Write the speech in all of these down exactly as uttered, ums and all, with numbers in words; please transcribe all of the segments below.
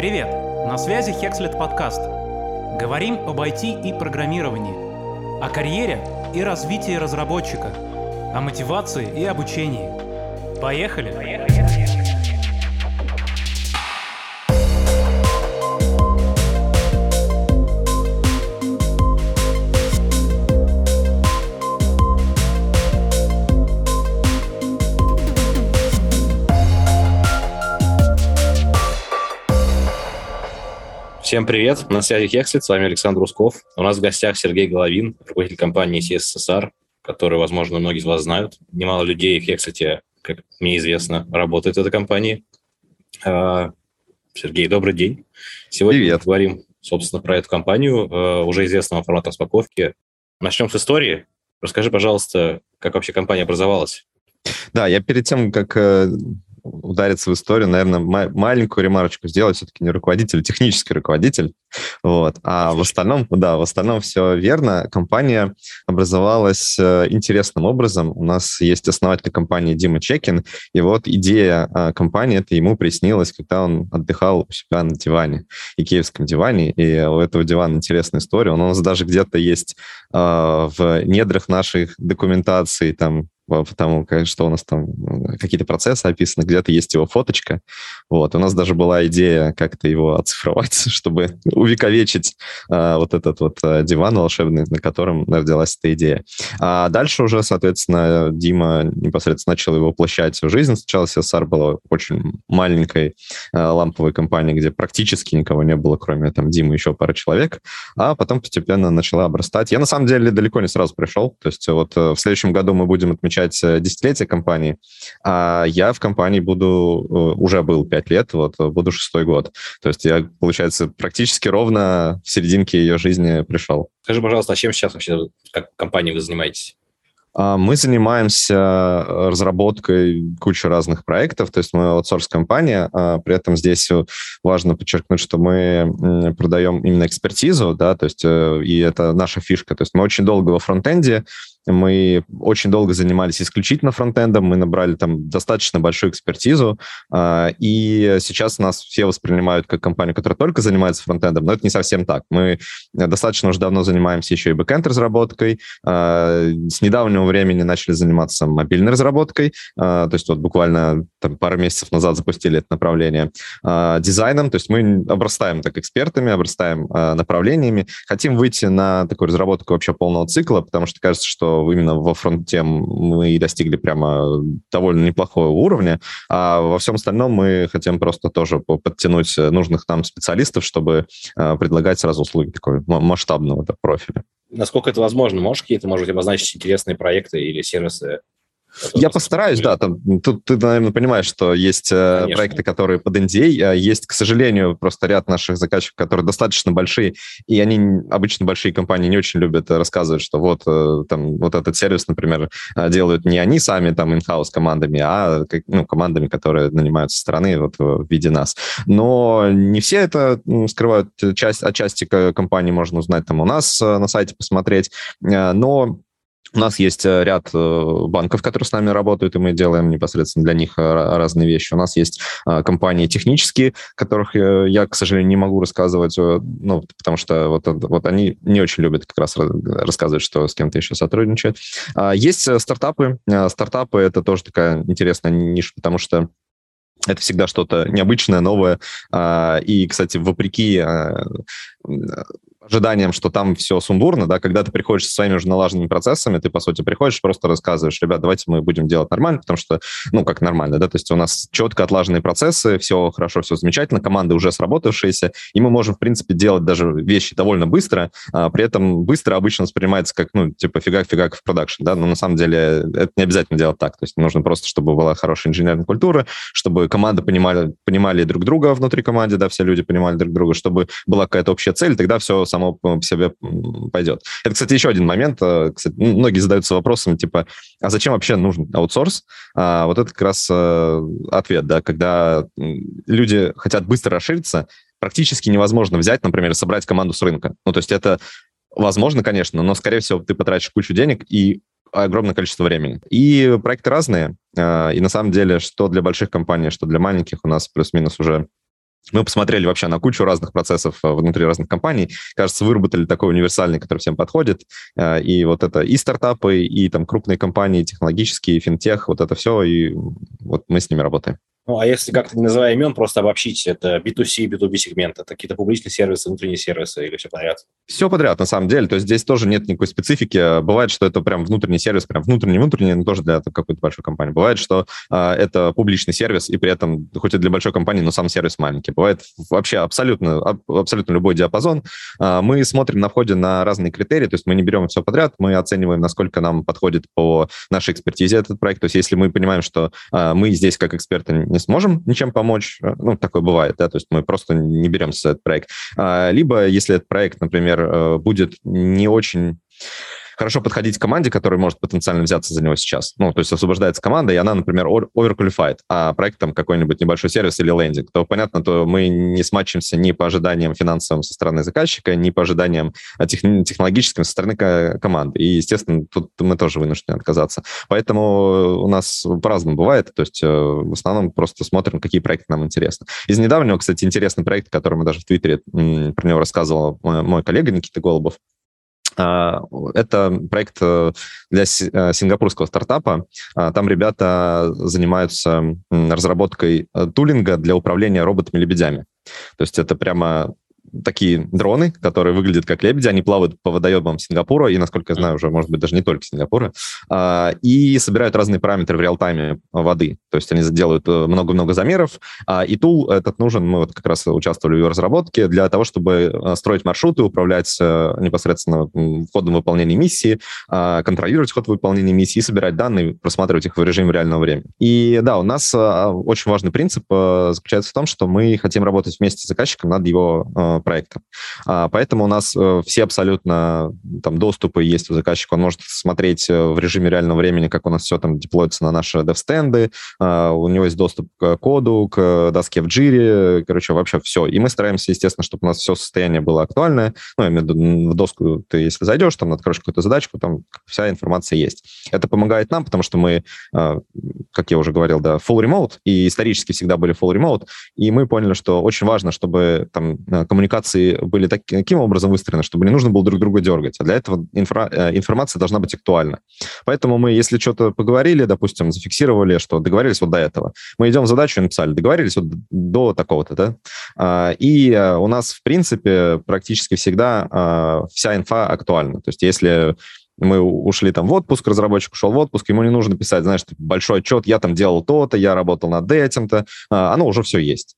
Привет! На связи Hexlet подкаст. Говорим об ай ти и программировании, о карьере и развитии разработчика, о мотивации и обучении. Поехали! Поехали! Всем привет, на связи Hexlet, с вами Александр Усков. У нас в гостях Сергей Головин, руководитель компании си эс эс ар, которую, возможно, многие из вас знают. Немало людей в Hexlet, как мне известно, работает в этой компании. Сергей, добрый день. Сегодня Привет. мы говорим, собственно, про эту компанию, уже известного формата распаковки. Начнем с истории. Расскажи, пожалуйста, как вообще компания образовалась? Да, я перед тем, как э, удариться в историю, наверное, ма- маленькую ремарочку сделать. Все-таки не руководитель, а технический руководитель. Вот. А в остальном, да, в остальном все верно. Компания образовалась э, интересным образом. У нас есть основатель компании Дима Чекин, и вот идея э, компании, это ему приснилось, когда он отдыхал у себя на диване, икеевском диване, и у этого дивана интересная история. Он у нас даже где-то есть э, в недрах наших документаций, там, потому что у нас там какие-то процессы описаны, где-то есть его фоточка. Вот. У нас даже была идея как-то его оцифровать, чтобы увековечить а, вот этот вот а, диван волшебный, на котором родилась эта идея. А дальше уже, соответственно, Дима непосредственно начал его воплощать в жизнь. Сначала си эс эс ар была очень маленькой а, ламповой компанией, где практически никого не было, кроме там Димы, еще пары человек, а потом постепенно начала обрастать. Я, на самом деле, далеко не сразу пришел. То есть вот в следующем году мы будем отмечать десятилетие компании, а я в компании буду, уже был пять лет, вот, буду шестой год. То есть я, получается, практически ровно в серединке ее жизни пришел. Скажи, пожалуйста, а чем сейчас вообще, как компания, вы занимаетесь? Мы занимаемся разработкой кучи разных проектов, то есть мы аутсорс-компания, при этом здесь важно подчеркнуть, что мы продаем именно экспертизу, да, то есть и это наша фишка, то есть мы очень долго во фронтенде, мы очень долго занимались исключительно фронтендом, мы набрали там достаточно большую экспертизу, и сейчас нас все воспринимают как компанию, которая только занимается фронтендом, но это не совсем так. Мы достаточно уже давно занимаемся еще и бэкэнд-разработкой, с недавнего времени начали заниматься мобильной разработкой, то есть вот буквально там, пару месяцев назад запустили это направление, дизайном, то есть мы обрастаем так экспертами, обрастаем направлениями, хотим выйти на такую разработку вообще полного цикла, потому что кажется, что именно во фронте мы достигли прямо довольно неплохого уровня, а во всем остальном мы хотим просто тоже подтянуть нужных нам специалистов, чтобы предлагать сразу услуги такой масштабного профиля. Насколько это возможно? Можешь какие-то, может быть, обозначить интересные проекты или сервисы? Я постараюсь, да. Там, тут ты, наверное, понимаешь, что есть Конечно. проекты, которые под эн ди эй, а есть, к сожалению, просто ряд наших заказчиков, которые достаточно большие, и они, обычно большие компании, не очень любят рассказывать, что вот, там, вот этот сервис, например, делают не они сами, там, in-house командами, а ну, командами, которые нанимаются со стороны вот, в виде нас. Но не все это скрывают. Часть, отчасти компании можно узнать там у нас на сайте, посмотреть, но у нас есть ряд банков, которые с нами работают, и мы делаем непосредственно для них разные вещи. У нас есть компании технические, которых я, к сожалению, не могу рассказывать, ну, потому что вот, вот они не очень любят как раз рассказывать, что с кем-то еще сотрудничают. Есть стартапы. Стартапы — это тоже такая интересная ниша, потому что это всегда что-то необычное, новое. И, кстати, вопреки ожиданием, что там все сумбурно, да, когда ты приходишь со своими уже налаженными процессами, ты, по сути, приходишь, просто рассказываешь: ребят, давайте мы будем делать нормально, потому что, ну, как нормально, да, то есть у нас четко отлаженные процессы, все хорошо, все замечательно, команды уже сработавшиеся, и мы можем, в принципе, делать даже вещи довольно быстро, а при этом быстро обычно воспринимается как, ну, типа, фигак-фигак в продакшн, да, но на самом деле это не обязательно делать так, то есть нужно просто, чтобы была хорошая инженерная культура, чтобы команды понимали, понимали друг друга внутри команды, да, все люди понимали друг друга, чтобы была какая-то общая цель, тогда все само по себе пойдет. Это, кстати, еще один момент. Кстати, многие задаются вопросом, типа, а зачем вообще нужен аутсорс? А вот это как раз ответ, да, когда люди хотят быстро расшириться, практически невозможно взять, например, собрать команду с рынка. Ну, то есть это возможно, конечно, но, скорее всего, ты потратишь кучу денег и огромное количество времени. И проекты разные, и на самом деле, что для больших компаний, что для маленьких, у нас плюс-минус уже Мы посмотрели вообще на кучу разных процессов внутри разных компаний. Кажется, выработали такой универсальный, который всем подходит. И вот это и стартапы, и там крупные компании, технологические, финтех, вот это все, и вот мы с ними работаем. Ну, а если как-то, не называя имен, просто обобщить, это би ту си, би ту би сегмент, это какие-то публичные сервисы, внутренние сервисы или все подряд? Все подряд, на самом деле. То есть здесь тоже нет никакой специфики. Бывает, что это прям внутренний сервис, прям внутренний-внутренний, но тоже для какой-то большой компании. Бывает, что а, это публичный сервис, и при этом, хоть и для большой компании, но сам сервис маленький. Бывает вообще абсолютно, абсолютно любой диапазон. А, мы смотрим на входе на разные критерии, то есть мы не берем все подряд, мы оцениваем, насколько нам подходит по нашей экспертизе этот проект. То есть если мы понимаем, что а, мы здесь как эксперты не сможем ничем помочь, ну, такое бывает, да, то есть мы просто не беремся за этот проект. Либо, если этот проект, например, будет не очень хорошо подходить к команде, которая может потенциально взяться за него сейчас. Ну, то есть освобождается команда, и она, например, overqualified, а проект там какой-нибудь небольшой сервис или лендинг, то, понятно, то мы не сматчимся ни по ожиданиям финансовым со стороны заказчика, ни по ожиданиям тех- технологическим со стороны ко- команды. И, естественно, тут мы тоже вынуждены отказаться. Поэтому у нас по-разному бывает, то есть в основном просто смотрим, какие проекты нам интересны. Из недавнего, кстати, интересный проект, который мы даже в Твиттере м, про него рассказывал мой коллега Никита Голубов. Это проект для сингапурского стартапа. Там ребята занимаются разработкой тулинга для управления роботами-лебедями. То есть это прямо такие дроны, которые выглядят как лебеди, они плавают по водоемам Сингапура, и, насколько я знаю, уже, может быть, даже не только Сингапура, и собирают разные параметры в реал-тайме воды. То есть они делают много-много замеров, и тул этот нужен, мы вот как раз участвовали в его разработке, для того, чтобы строить маршруты, управлять непосредственно ходом выполнения миссии, контролировать ход выполнения миссии и собирать данные, просматривать их в режиме реального времени. И да, у нас очень важный принцип заключается в том, что мы хотим работать вместе с заказчиком над его проекта. Поэтому у нас все абсолютно там доступы есть у заказчика. Он может смотреть в режиме реального времени, как у нас все там деплоится на наши дев-стенды. У него есть доступ к коду, к доске в джире. Короче, вообще все. И мы стараемся, естественно, чтобы у нас все состояние было актуальное. Ну, я имею в виду, в доску ты, если зайдешь, там откроешь какую-то задачку, там вся информация есть. Это помогает нам, потому что мы, как я уже говорил, да, full remote, и исторически всегда были full remote, и мы поняли, что очень важно, чтобы там коммуникация были так, таким образом выстроены, чтобы не нужно было друг друга дергать. А для этого инфра, информация должна быть актуальна. Поэтому мы, если что-то поговорили, допустим, зафиксировали, что договорились вот до этого, мы идем в задачу и написали, договорились вот до такого-то, да? И у нас, в принципе, практически всегда вся инфа актуальна. То есть если мы ушли там в отпуск, разработчик ушел в отпуск, ему не нужно писать, знаешь, большой отчет, я там делал то-то, я работал над этим-то, оно уже все есть.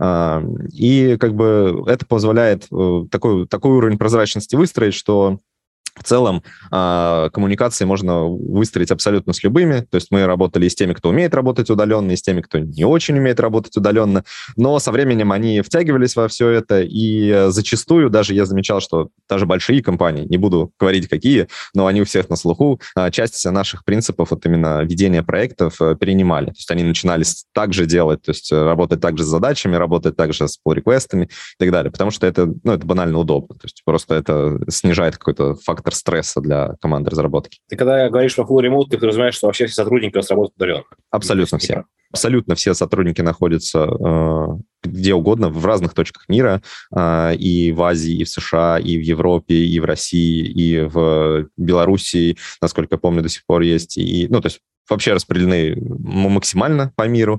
И как бы это позволяет такой, такой уровень прозрачности выстроить, что в целом коммуникации можно выстроить абсолютно с любыми. То есть мы работали и с теми, кто умеет работать удаленно, и с теми, кто не очень умеет работать удаленно. Но со временем они втягивались во все это, и зачастую даже я замечал, что даже большие компании, не буду говорить какие, но они у всех на слуху, часть наших принципов вот именно ведения проектов перенимали. То есть они начинали так же делать, то есть работать также с задачами, работать также с pull-реквестами и так далее, потому что это, ну, это банально удобно. То есть просто это снижает какой-то фактор стресса для команды разработки. Ты когда говоришь про full remote, ты подразумеваешь, что вообще все сотрудники у вас работают удаленно? Абсолютно все. Абсолютно все сотрудники находятся э, где угодно, в разных точках мира, э, и в Азии, и в США, и в Европе, и в России, и в Белоруссии, насколько я помню, до сих пор есть. И, ну, то есть вообще распределены максимально по миру,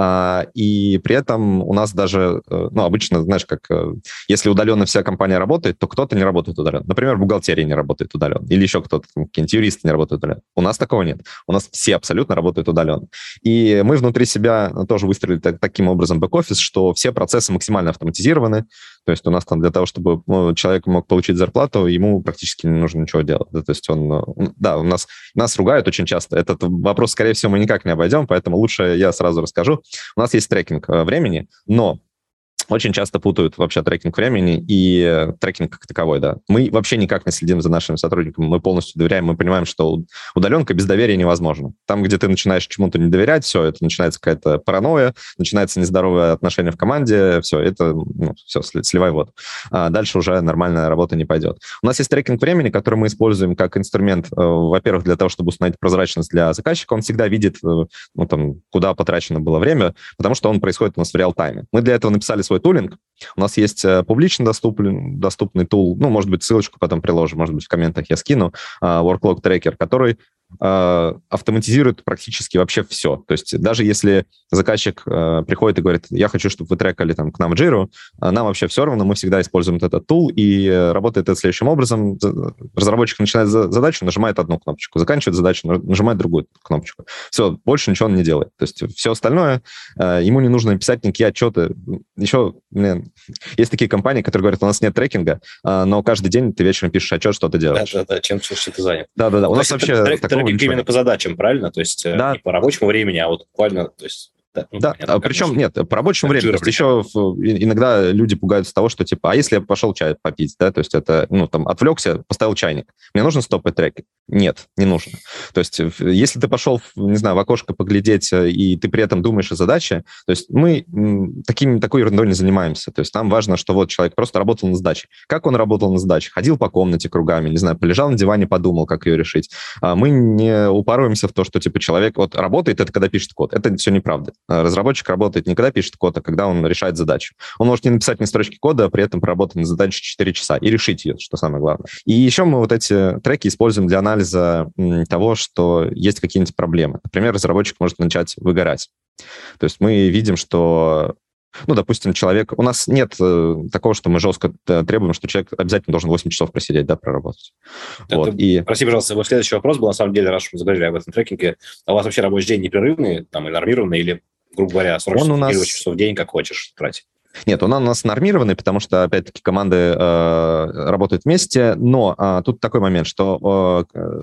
и при этом у нас даже, ну, обычно, знаешь, как если удаленно вся компания работает, то кто-то не работает удаленно. Например, бухгалтерия не работает удаленно, или еще кто-то, какие-нибудь юристы не работают удаленно. У нас такого нет. У нас все абсолютно работают удаленно. И мы внутри себя тоже выстроили так, таким образом бэк-офис, что все процессы максимально автоматизированы. То есть у нас там для того, чтобы человек мог получить зарплату, ему практически не нужно ничего делать. То есть он, да, у нас, нас ругают очень часто. Этот вопрос, скорее всего, мы никак не обойдем, поэтому лучше я сразу расскажу. У нас есть трекинг времени, но очень часто путают вообще трекинг времени и трекинг как таковой, да. Мы вообще никак не следим за нашими сотрудниками, мы полностью доверяем, мы понимаем, что удаленка без доверия невозможна. Там, где ты начинаешь чему-то не доверять, все, это начинается какая-то паранойя, начинается нездоровое отношение в команде, все, это, ну, все, сливай воду. А дальше уже нормальная работа не пойдет. У нас есть трекинг времени, который мы используем как инструмент, во-первых, для того, чтобы установить прозрачность для заказчика, он всегда видит, ну, там, куда потрачено было время, потому что он происходит у нас в реал-тайме. Мы для этого написали свой свой тулинг. У нас есть публично доступный, доступный тул, ну, может быть, ссылочку потом приложу, может быть, в комментах я скину, Workload Tracker, который автоматизирует практически вообще все. То есть даже если заказчик э, приходит и говорит, я хочу, чтобы вы трекали там, к нам в Jira, нам вообще все равно, мы всегда используем этот тул, и работает это следующим образом. Разработчик начинает задачу, нажимает одну кнопочку, заканчивает задачу, нажимает другую кнопочку. Все, больше ничего он не делает. То есть все остальное, э, ему не нужно писать никакие отчеты. Еще, блин, есть такие компании, которые говорят, у нас нет трекинга, э, но каждый день ты вечером пишешь отчет, что ты делаешь. Да-да-да, чем что ты занят. Да-да-да, у нас вообще... Трекинг именно по задачам, правильно? То есть да. Не по рабочему времени, а вот буквально... То есть, да, ну, да. Понятно, причем нет, по рабочему времени. То есть еще иногда люди пугаются того, что типа, а если я пошел чай попить, да, то есть это, ну, там, отвлекся, поставил чайник, мне нужно стопать треки? Нет, не нужно. То есть если ты пошел, не знаю, в окошко поглядеть, и ты при этом думаешь о задаче, то есть мы таким, такой ерундой не занимаемся. То есть нам важно, что вот человек просто работал на задаче. Как он работал на задаче? Ходил по комнате кругами, не знаю, полежал на диване, подумал, как ее решить. Мы не упарываемся в то, что типа человек вот работает, это когда пишет код. Это все неправда. Разработчик работает не когда пишет код, а когда он решает задачу. Он может не написать ни строчки кода, а при этом поработать на задаче четыре часа и решить ее, что самое главное. И еще мы вот эти треки используем для анализа того, что есть какие-нибудь проблемы. Например, разработчик может начать выгорать. То есть мы видим, что, ну, допустим, человек... У нас нет э, такого, что мы жестко требуем, что человек обязательно должен восемь часов просидеть, да, проработать. Это, вот, и... Прости, пожалуйста, вот следующий вопрос был, на самом деле, раз уж мы заговорили об этом трекинге, а у вас вообще рабочий день непрерывный, там, или нормированный, или, грубо говоря, сорок часов, нас... часов в день, как хочешь тратить? Нет, он у нас нормированный, потому что, опять-таки, команды э, работают вместе, но э, тут такой момент, что э,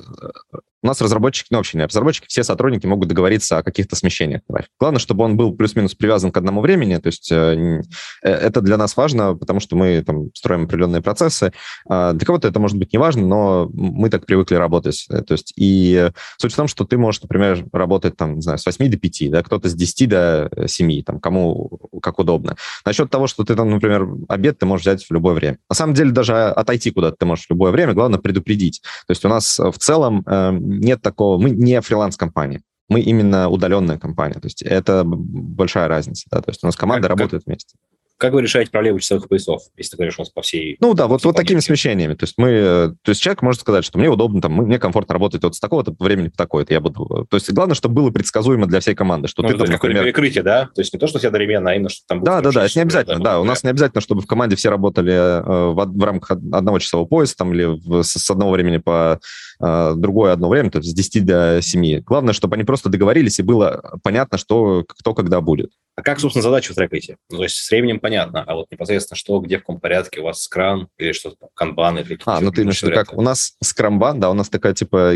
у нас разработчики, ну, вообще не разработчики, все сотрудники могут договориться о каких-то смещениях. Главное, чтобы он был плюс-минус привязан к одному времени, то есть э, это для нас важно, потому что мы там строим определенные процессы. Э, для кого-то это может быть не важно, но мы так привыкли работать. То есть и суть в том, что ты можешь, например, работать там, не знаю, с восьми до пяти, да, кто-то с десяти до семи, там, кому как удобно. Насчет того, что ты там, например, обед ты можешь взять в любое время. На самом деле даже отойти куда-то ты можешь в любое время, главное предупредить. То есть у нас в целом э, нет такого, мы не фриланс-компания, мы именно удаленная компания. То есть это большая разница, да, то есть у нас команда как, работает как, вместе. Как вы решаете проблему часовых поясов, если ты говоришь у нас по всей... Ну да, вот, вот такими смещениями. То есть мы, то есть человек может сказать, что мне удобно, там, мне комфортно работать вот с такого-то времени по такое-то, я буду... То есть главное, чтобы было предсказуемо для всей команды, что ну, ты там, например... перекрытие, да? То есть не то, что все одновременно, а именно, что там... Да, да, да, это не обязательно, да, да, у нас не обязательно, чтобы в команде все работали э, в, в рамках одного часового пояса там, или в, с одного времени по э, другое одно время, то есть с десяти до семи. Главное, чтобы они просто договорились, и было понятно, что кто когда будет. А как, собственно, задачу трекаете? Ну, то есть с временем понятно, а вот непосредственно что, где, в каком порядке, у вас скрам или что-то там, канбан или какие-то... А, ну ты имеешь в виду, как у нас скрамбан, да, у нас такая типа...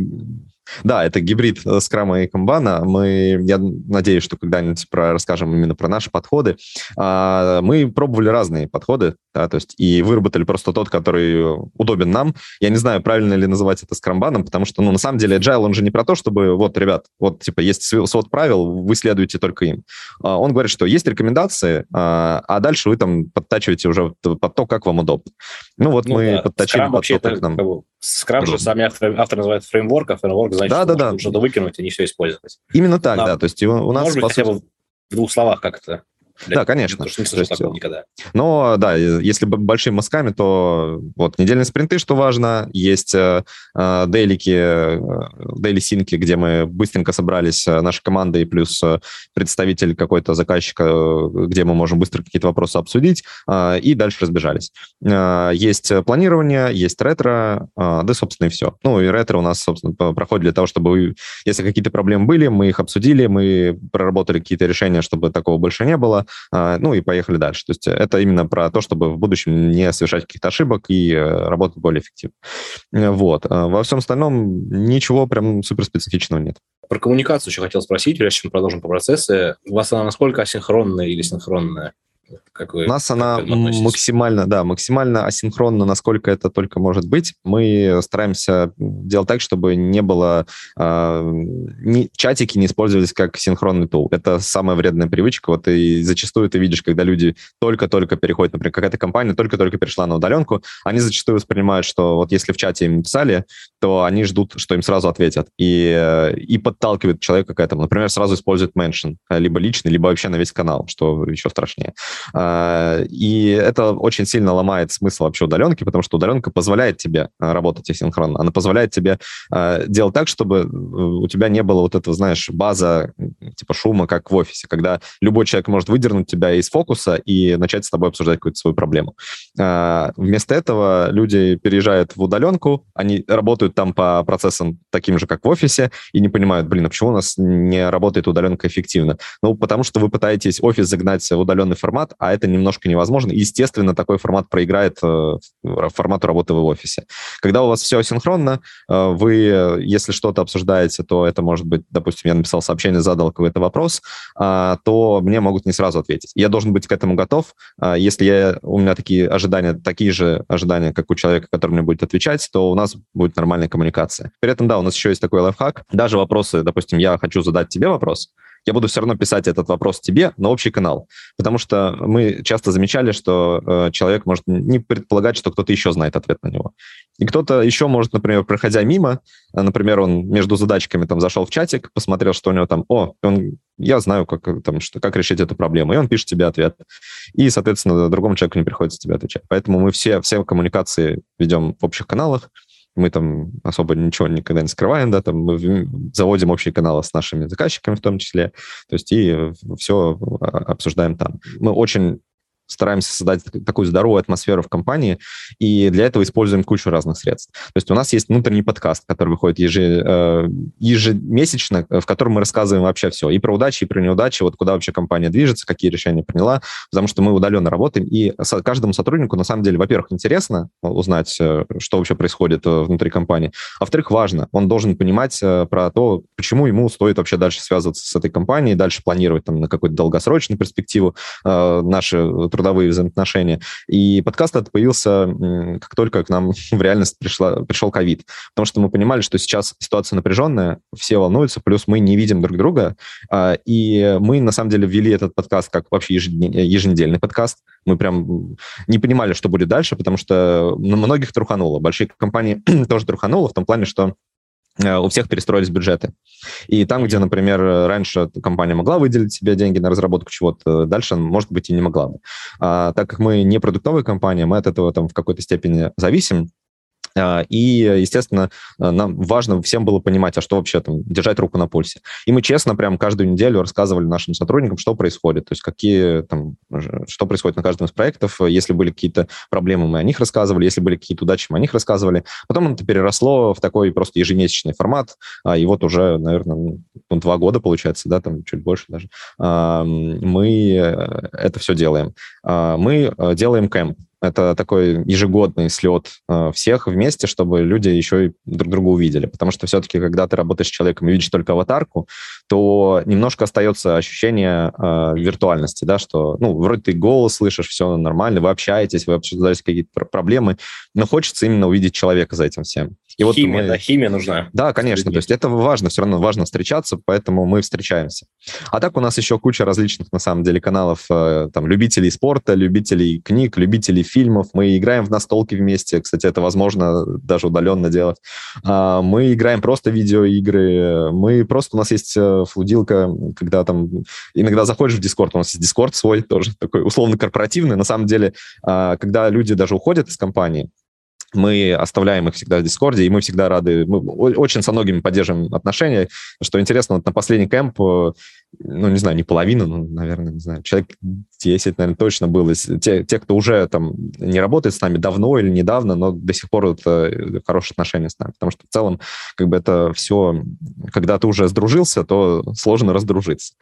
Да, это гибрид скрама и канбана. Мы, я надеюсь, что когда-нибудь про, расскажем именно про наши подходы. А, мы пробовали разные подходы, да, то есть и выработали просто тот, который удобен нам. Я не знаю, правильно ли называть это скрамбаном, потому что, ну, на самом деле, agile, он же не про то, чтобы, вот, ребят, вот, типа, есть свод правил, вы следуете только им. А, он говорит, что есть рекомендации, а, а дальше вы там подтачиваете уже под то, как вам удобно. Ну, вот ну, мы да. подточили Скрам под то, как нам... Скрам же сами автор, автор называет фреймворк, а фреймворк значит, да, что да, да. что-то выкинуть и не все использовать. Именно так, да. да. То есть у нас, может быть, хотя бы в двух словах как-то. Для... Да, конечно. Потому что не слышал такого никогда. Но, да, если большими мазками, то вот недельные спринты, что важно, есть э, дейлики, дейли-синки, где мы быстренько собрались, наши команды и плюс представитель какой-то заказчика, где мы можем быстро какие-то вопросы обсудить, э, и дальше разбежались. Э, есть планирование, есть ретро, э, да, собственно, и все. Ну, и ретро у нас, собственно, проходит для того, чтобы, вы, если какие-то проблемы были, мы их обсудили, мы проработали какие-то решения, чтобы такого больше не было, ну и поехали дальше. То есть это именно про то, чтобы в будущем не совершать каких-то ошибок и работать более эффективно. Вот. Во всем остальном ничего прям суперспецифичного нет. Про коммуникацию еще хотел спросить, прежде чем продолжим по процессу. У вас она насколько асинхронная или синхронная? Как вы, У нас она максимально, да, максимально асинхронна, насколько это только может быть. Мы стараемся делать так, чтобы не было... Э, не, чатики не использовались как синхронный тул. Это самая вредная привычка. Вот и зачастую ты видишь, когда люди только-только переходят, например, какая-то компания только-только перешла на удаленку, они зачастую воспринимают, что вот если в чате им писали, то они ждут, что им сразу ответят. И, и подталкивают человека к этому. Например, сразу используют меншн, либо личный, либо вообще на весь канал, что еще страшнее. И это очень сильно ломает смысл вообще удаленки, потому что удаленка позволяет тебе работать асинхронно. Она позволяет тебе делать так, чтобы у тебя не было вот этого, знаешь, база типа шума, как в офисе, когда любой человек может выдернуть тебя из фокуса и начать с тобой обсуждать какую-то свою проблему. Вместо этого люди переезжают в удаленку, они работают там по процессам таким же, как в офисе, и не понимают, блин, а почему у нас не работает удаленка эффективно? Ну, потому что вы пытаетесь офис загнать в удаленный формат, а это немножко невозможно. И, естественно, такой формат проиграет э, формату работы в офисе. Когда у вас все асинхронно, э, вы, если что-то обсуждаете, то это может быть, допустим, я написал сообщение, задал какой-то вопрос, э, то мне могут не сразу ответить. Я должен быть к этому готов. Э, если я, у меня такие ожидания, такие же ожидания, как у человека, который мне будет отвечать, то у нас будет нормальная коммуникация. При этом, да, у нас еще есть такой лайфхак. Даже вопросы, допустим, я хочу задать тебе вопрос, я буду все равно писать этот вопрос тебе на общий канал, потому что мы часто замечали, что э, человек может не предполагать, что кто-то еще знает ответ на него. И кто-то еще может, например, проходя мимо, э, например, он между задачками там зашел в чатик, посмотрел, что у него там, о, он, я знаю, как, там, что, как решить эту проблему, и он пишет тебе ответ. И, соответственно, другому человеку не приходится тебе отвечать. Поэтому мы все, все коммуникации ведем в общих каналах. Мы там особо ничего никогда не скрываем, да, там мы заводим общие каналы с нашими заказчиками в том числе, то есть и все обсуждаем там. Мы очень стараемся создать такую здоровую атмосферу в компании, и для этого используем кучу разных средств. То есть у нас есть внутренний подкаст, который выходит ежемесячно, в котором мы рассказываем вообще все, и про удачи, и про неудачи, вот куда вообще компания движется, какие решения приняла, потому что мы удаленно работаем, и каждому сотруднику, на самом деле, во-первых, интересно узнать, что вообще происходит внутри компании, а во-вторых, важно, он должен понимать про то, почему ему стоит вообще дальше связываться с этой компанией, дальше планировать там на какую-то долгосрочную перспективу наши трудовые взаимоотношения. И подкаст этот появился, как только к нам в реальность пришла, пришел ковид. Потому что мы понимали, что сейчас ситуация напряженная, все волнуются, плюс мы не видим друг друга. И мы, на самом деле, ввели этот подкаст как вообще еженедельный подкаст. Мы прям не понимали, что будет дальше, потому что на многих трухануло. Большие компании тоже трухануло в том плане, что у всех перестроились бюджеты. И там, где, например, раньше компания могла выделить себе деньги на разработку чего-то, дальше, может быть, и не могла бы. А, так как мы не продуктовая компания, мы от этого там в какой-то степени зависим. И, естественно, нам важно всем было понимать, а что вообще там, держать руку на пульсе. И мы честно прям каждую неделю рассказывали нашим сотрудникам, что происходит, то есть какие там, что происходит на каждом из проектов. Если были какие-то проблемы, мы о них рассказывали, если были какие-то удачи, мы о них рассказывали. Потом это переросло в такой просто ежемесячный формат, и вот уже, наверное, ну, два года, получается, да, там чуть больше даже, мы это все делаем. Мы делаем кэмп. Это такой ежегодный слет э, всех вместе, чтобы люди еще и друг друга увидели. Потому что все-таки, когда ты работаешь с человеком и видишь только аватарку, то немножко остается ощущение э, виртуальности, да, что, ну, вроде ты голос слышишь, все нормально, вы общаетесь, вы обсуждаете какие-то пр- проблемы, но хочется именно увидеть человека за этим всем. И вот химия, мы... да, химия нужна. Да, конечно, то есть это важно, все равно важно встречаться, поэтому мы встречаемся. А так у нас еще куча различных, на самом деле, каналов, э, там, любителей спорта, любителей книг, любителей фильмов. Мы играем в настолки вместе, кстати, это возможно даже удаленно делать. А, мы играем просто видеоигры, мы просто, у нас есть флудилка, когда там иногда заходишь в Discord, у нас есть Discord свой, тоже такой условно-корпоративный. На самом деле, а, когда люди даже уходят из компании, мы оставляем их всегда в Дискорде, и мы всегда рады, мы очень со многими поддерживаем отношения. Что интересно, вот на последний кэмп, ну, не знаю, не половина, ну, наверное, не знаю, человек десять, наверное, точно было. Те, те, кто уже там не работает с нами давно или недавно, но до сих пор это хорошие отношения с нами. Потому что в целом, как бы это все, когда ты уже сдружился, то сложно раздружиться.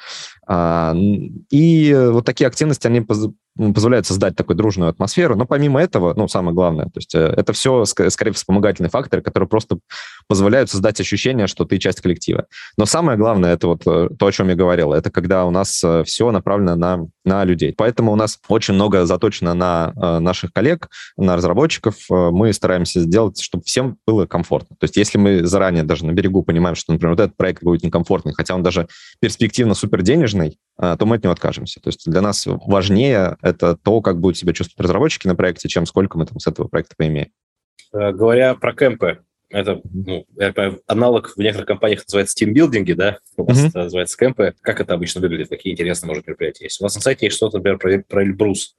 И вот такие активности, они позволяют создать такую дружную атмосферу, но помимо этого, ну, самое главное, то есть это все, скорее, вспомогательные факторы, которые просто позволяют создать ощущение, что ты часть коллектива. Но самое главное, это вот то, о чем я говорил, это когда у нас все направлено на, на людей. Поэтому у нас очень много заточено на наших коллег, на разработчиков. Мы стараемся сделать, чтобы всем было комфортно. То есть если мы заранее даже на берегу понимаем, что, например, вот этот проект будет некомфортный, хотя он даже перспективно суперденежный, то мы от него откажемся. То есть для нас важнее это то, как будут себя чувствовать разработчики на проекте, чем сколько мы там с этого проекта поимеем. Говоря про кемпы, Это, ну, я понимаю, аналог в некоторых компаниях называется тимбилдинги, да? У вас mm-hmm. это называется кемпы. Как это обычно выглядит? Какие интересные, может, мероприятия есть? У вас на сайте есть что-то, например, про, про Эльбрус.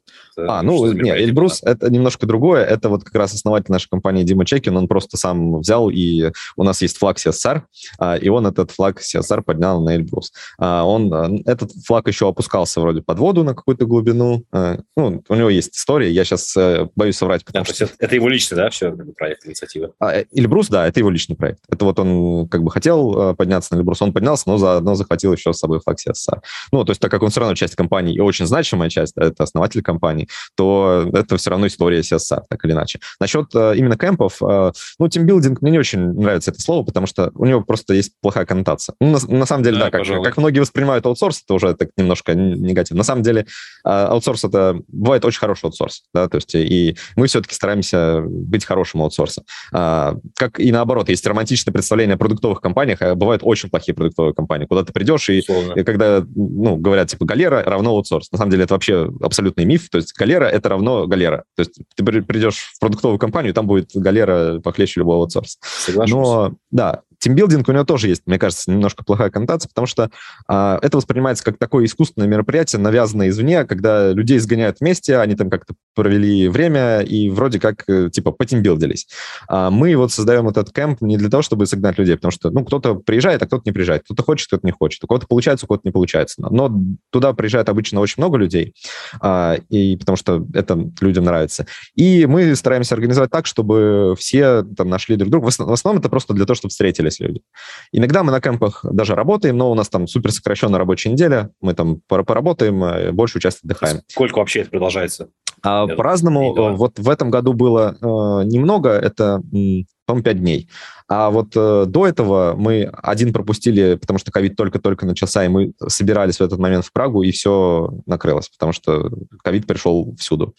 А, ну, нет, Эльбрус — это немножко другое. Это вот как раз основатель нашей компании Дима Чекин, он просто сам взял, и у нас есть флаг си эс ар, и он этот флаг си эс ар поднял на Эльбрус. Он, этот флаг еще опускался вроде под воду на какую-то глубину. Ну, у него есть история, я сейчас боюсь соврать. Да, что... то есть это его личный, да, все, проект, инициатива? Эльбрус, да, это его личный проект. Это вот он как бы хотел подняться на Эльбрус, он поднялся, но заодно захватил еще с собой флаг си эс ар. Ну, то есть так как он все равно часть компании, и очень значимая часть, это основатель компании, то это все равно история си эс ар, так или иначе. Насчет э, именно кемпов, э, ну, тимбилдинг, мне не очень нравится это слово, потому что у него просто есть плохая коннотация. Ну, на, на самом деле, да, да как, как многие воспринимают аутсорс, это уже так немножко негативно. На самом деле, э, аутсорс — это бывает очень хороший аутсорс, да, то есть и мы все-таки стараемся быть хорошим аутсорсом. Э, как и наоборот, есть романтичное представление о продуктовых компаниях, а бывают очень плохие продуктовые компании, куда ты придешь, и, и когда, ну, говорят, типа, галера равно аутсорс. На самом деле, это вообще абсолютный миф, то есть галера — это равно галера. То есть ты придешь в продуктовую компанию, там будет галера похлеще любого аутсорса. Соглашусь. Но, да, тимбилдинг у него тоже есть, мне кажется, немножко плохая коннотация, потому что а, это воспринимается как такое искусственное мероприятие, навязанное извне, когда людей сгоняют вместе, они там как-то провели время и вроде как, типа, потимбилдились. А мы вот создаем этот кемп не для того, чтобы согнать людей, потому что, ну, кто-то приезжает, а кто-то не приезжает. Кто-то хочет, кто-то не хочет. У кого-то получается, у кого-то не получается. Но туда приезжает обычно очень много людей, а, и потому что это людям нравится. И мы стараемся организовать так, чтобы все там нашли друг друга. В основном это просто для того, чтобы встретились люди. Иногда мы на кемпах даже работаем, но у нас там супер сокращенная рабочая неделя, мы там поработаем, большую часть отдыхаем. Сколько вообще это продолжается? А, по-разному. Вот в этом году было э, немного, это, по-моему, пять дней. А вот э, до этого мы один пропустили, потому что ковид только-только начался, и мы собирались в этот момент в Прагу, и все накрылось, потому что ковид пришел всюду.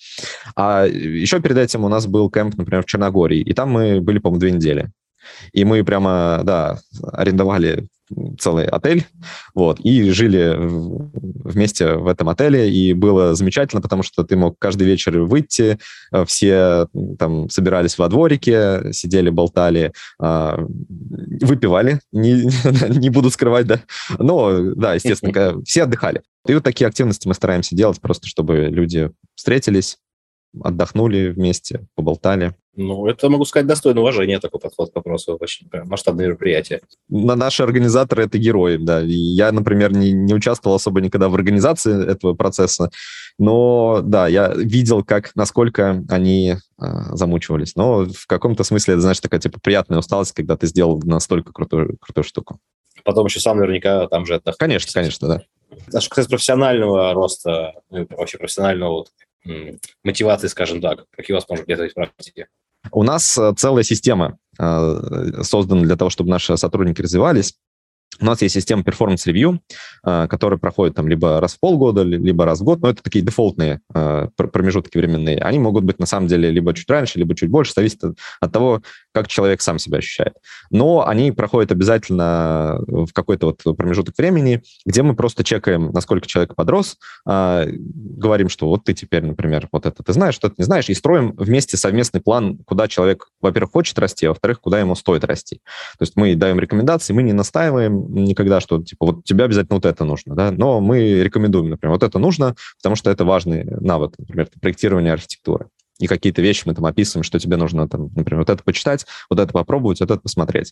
А еще перед этим у нас был кемп, например, в Черногории, и там мы были, по-моему, две недели. И мы прямо, да, арендовали целый отель, вот, и жили вместе в этом отеле, и было замечательно, потому что ты мог каждый вечер выйти, все там собирались во дворике, сидели, болтали, выпивали, не, не буду скрывать, да, но, да, естественно, все отдыхали. И вот такие активности мы стараемся делать, просто чтобы люди встретились, отдохнули вместе, поболтали. Ну, это, могу сказать, достойно уважения такой подход к вопросу. Очень масштабное мероприятие. На наши организаторы — это герои, да. И я, например, не, не участвовал особо никогда в организации этого процесса, но, да, я видел, как, насколько они э, замучивались. Но в каком-то смысле это, знаешь, такая, типа, приятная усталость, когда ты сделал настолько крутую, крутую штуку. Потом еще сам наверняка там же отдохнул. Конечно, конечно, да. А что касается профессионального роста, ну, вообще профессионального мотивации, скажем так, какие у вас, может, где-то есть практики? У нас целая система э, создана для того, чтобы наши сотрудники развивались. У нас есть система перформанс-ревью, которая проходит там либо раз в полгода, либо раз в год, но это такие дефолтные промежутки временные. Они могут быть на самом деле либо чуть раньше, либо чуть больше, зависит от, от того, как человек сам себя ощущает. Но они проходят обязательно в какой-то вот промежуток времени, где мы просто чекаем, насколько человек подрос, говорим, что вот ты теперь, например, вот это ты знаешь, что-то не знаешь, и строим вместе совместный план, куда человек, во-первых, хочет расти, а во-вторых, куда ему стоит расти. То есть мы даем рекомендации, мы не настаиваем никогда, что типа вот тебе обязательно вот это нужно, да, но мы рекомендуем, например, вот это нужно, потому что это важный навык, например, проектирование архитектуры. И какие-то вещи мы там описываем, что тебе нужно, там, например, вот это почитать, вот это попробовать, вот это посмотреть.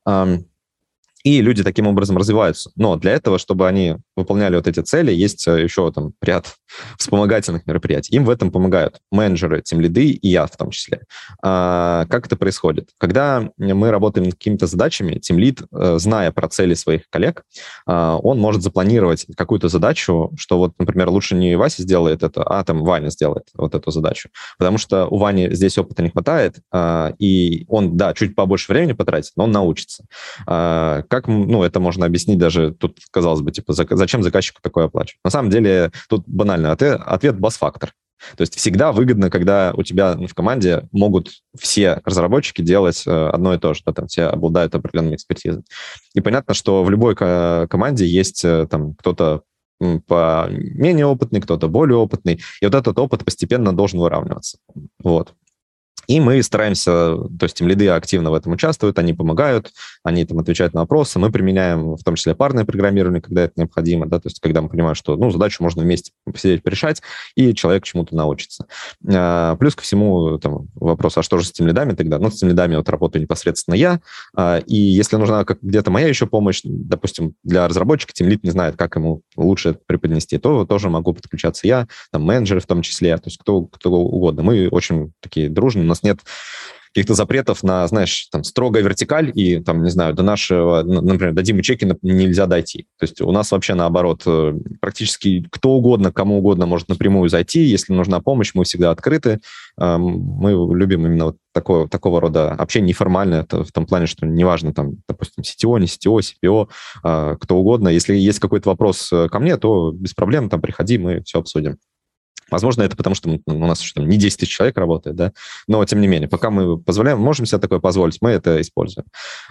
И люди таким образом развиваются. Но для этого, чтобы они выполняли вот эти цели, есть еще там ряд вспомогательных мероприятий. Им в этом помогают менеджеры, тимлиды и я в том числе. А, как это происходит? Когда мы работаем над какими-то задачами, тимлид, зная про цели своих коллег, он может запланировать какую-то задачу, что вот, например, лучше не Вася сделает это, а там Ваня сделает вот эту задачу. Потому что у Вани здесь опыта не хватает, и он, да, чуть побольше времени потратит, но он научится. Как, ну, это можно объяснить даже, тут, казалось бы, типа, зачем заказчику такое оплачивать? На самом деле, тут банальный ответ, ответ бас-фактор. То есть всегда выгодно, когда у тебя в команде могут все разработчики делать одно и то же, да, там все обладают определенной экспертизой. И понятно, что в любой команде есть там кто-то по менее опытный, кто-то более опытный, и вот этот опыт постепенно должен выравниваться. Вот. И мы стараемся, то есть тим-лиды активно в этом участвуют, они помогают, они там отвечают на вопросы. Мы применяем в том числе парное программирование, когда это необходимо, да, то есть когда мы понимаем, что ну, задачу можно вместе посидеть, порешать, и человек чему-то научится. А, плюс ко всему там, вопрос, а что же с тим-лидами тогда? Ну, с тим-лидами вот работаю непосредственно я, а, и если нужна как, где-то моя еще помощь, допустим, для разработчика тим-лид не знает, как ему лучше это преподнести, то тоже могу подключаться я, там, менеджеры в том числе, то есть кто, кто угодно. Мы очень такие дружные, у нас нет каких-то запретов на, знаешь, там, строгая вертикаль, и, там, не знаю, до нашего, например, до Димы Чекина нельзя дойти. То есть у нас вообще наоборот, практически кто угодно, кому угодно может напрямую зайти, если нужна помощь, мы всегда открыты. Мы любим именно вот такого, такого рода общение неформальное, это в том плане, что неважно, там, допустим, си ти о, не си ти о, си пи о, кто угодно. Если есть какой-то вопрос ко мне, то без проблем, там, приходи, мы все обсудим. Возможно, это потому, что у нас что, не десять тысяч человек работает, да, но тем не менее, пока мы позволяем, можем себе такое позволить, мы это используем.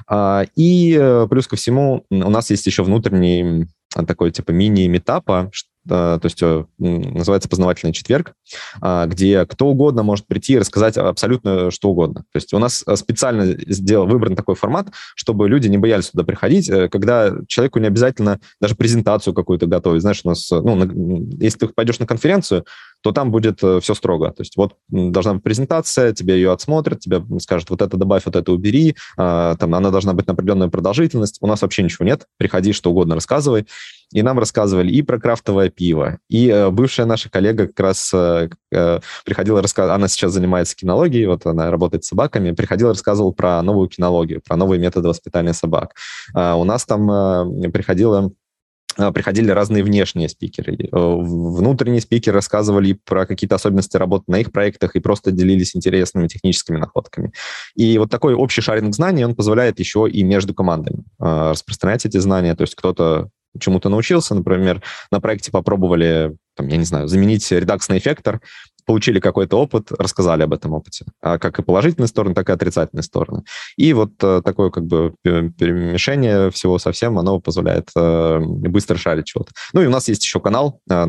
И плюс ко всему у нас есть еще внутренний такой типа мини-метапа, то есть называется «Познавательный четверг», где кто угодно может прийти и рассказать абсолютно что угодно. То есть у нас специально сделал, выбран такой формат, чтобы люди не боялись туда приходить, когда человеку не обязательно даже презентацию какую-то готовить. Знаешь, у нас, ну, если ты пойдешь на конференцию, то там будет все строго. То есть вот должна быть презентация, тебе ее отсмотрят, тебе скажут, вот это добавь, вот это убери, там она должна быть на определенную продолжительность. У нас вообще ничего нет. Приходи, что угодно рассказывай. И нам рассказывали и про крафтовое пиво, и э, бывшая наша коллега как раз э, э, приходила рассказывать, она сейчас занимается кинологией, вот она работает с собаками, приходила рассказывала про новую кинологию, про новые методы воспитания собак. А у нас там э, приходила приходили разные внешние спикеры. Внутренние спикеры рассказывали про какие-то особенности работы на их проектах и просто делились интересными техническими находками. И вот такой общий шаринг знаний, он позволяет еще и между командами распространять эти знания. То есть кто-то чему-то научился, например, на проекте попробовали, там, я не знаю, заменить редаксный эффектор, получили какой-то опыт, рассказали об этом опыте, а как и положительные стороны, так и отрицательные стороны. И вот э, такое как бы перемешение всего совсем, оно позволяет э, быстро шарить чего-то. Ну и у нас есть еще канал, э,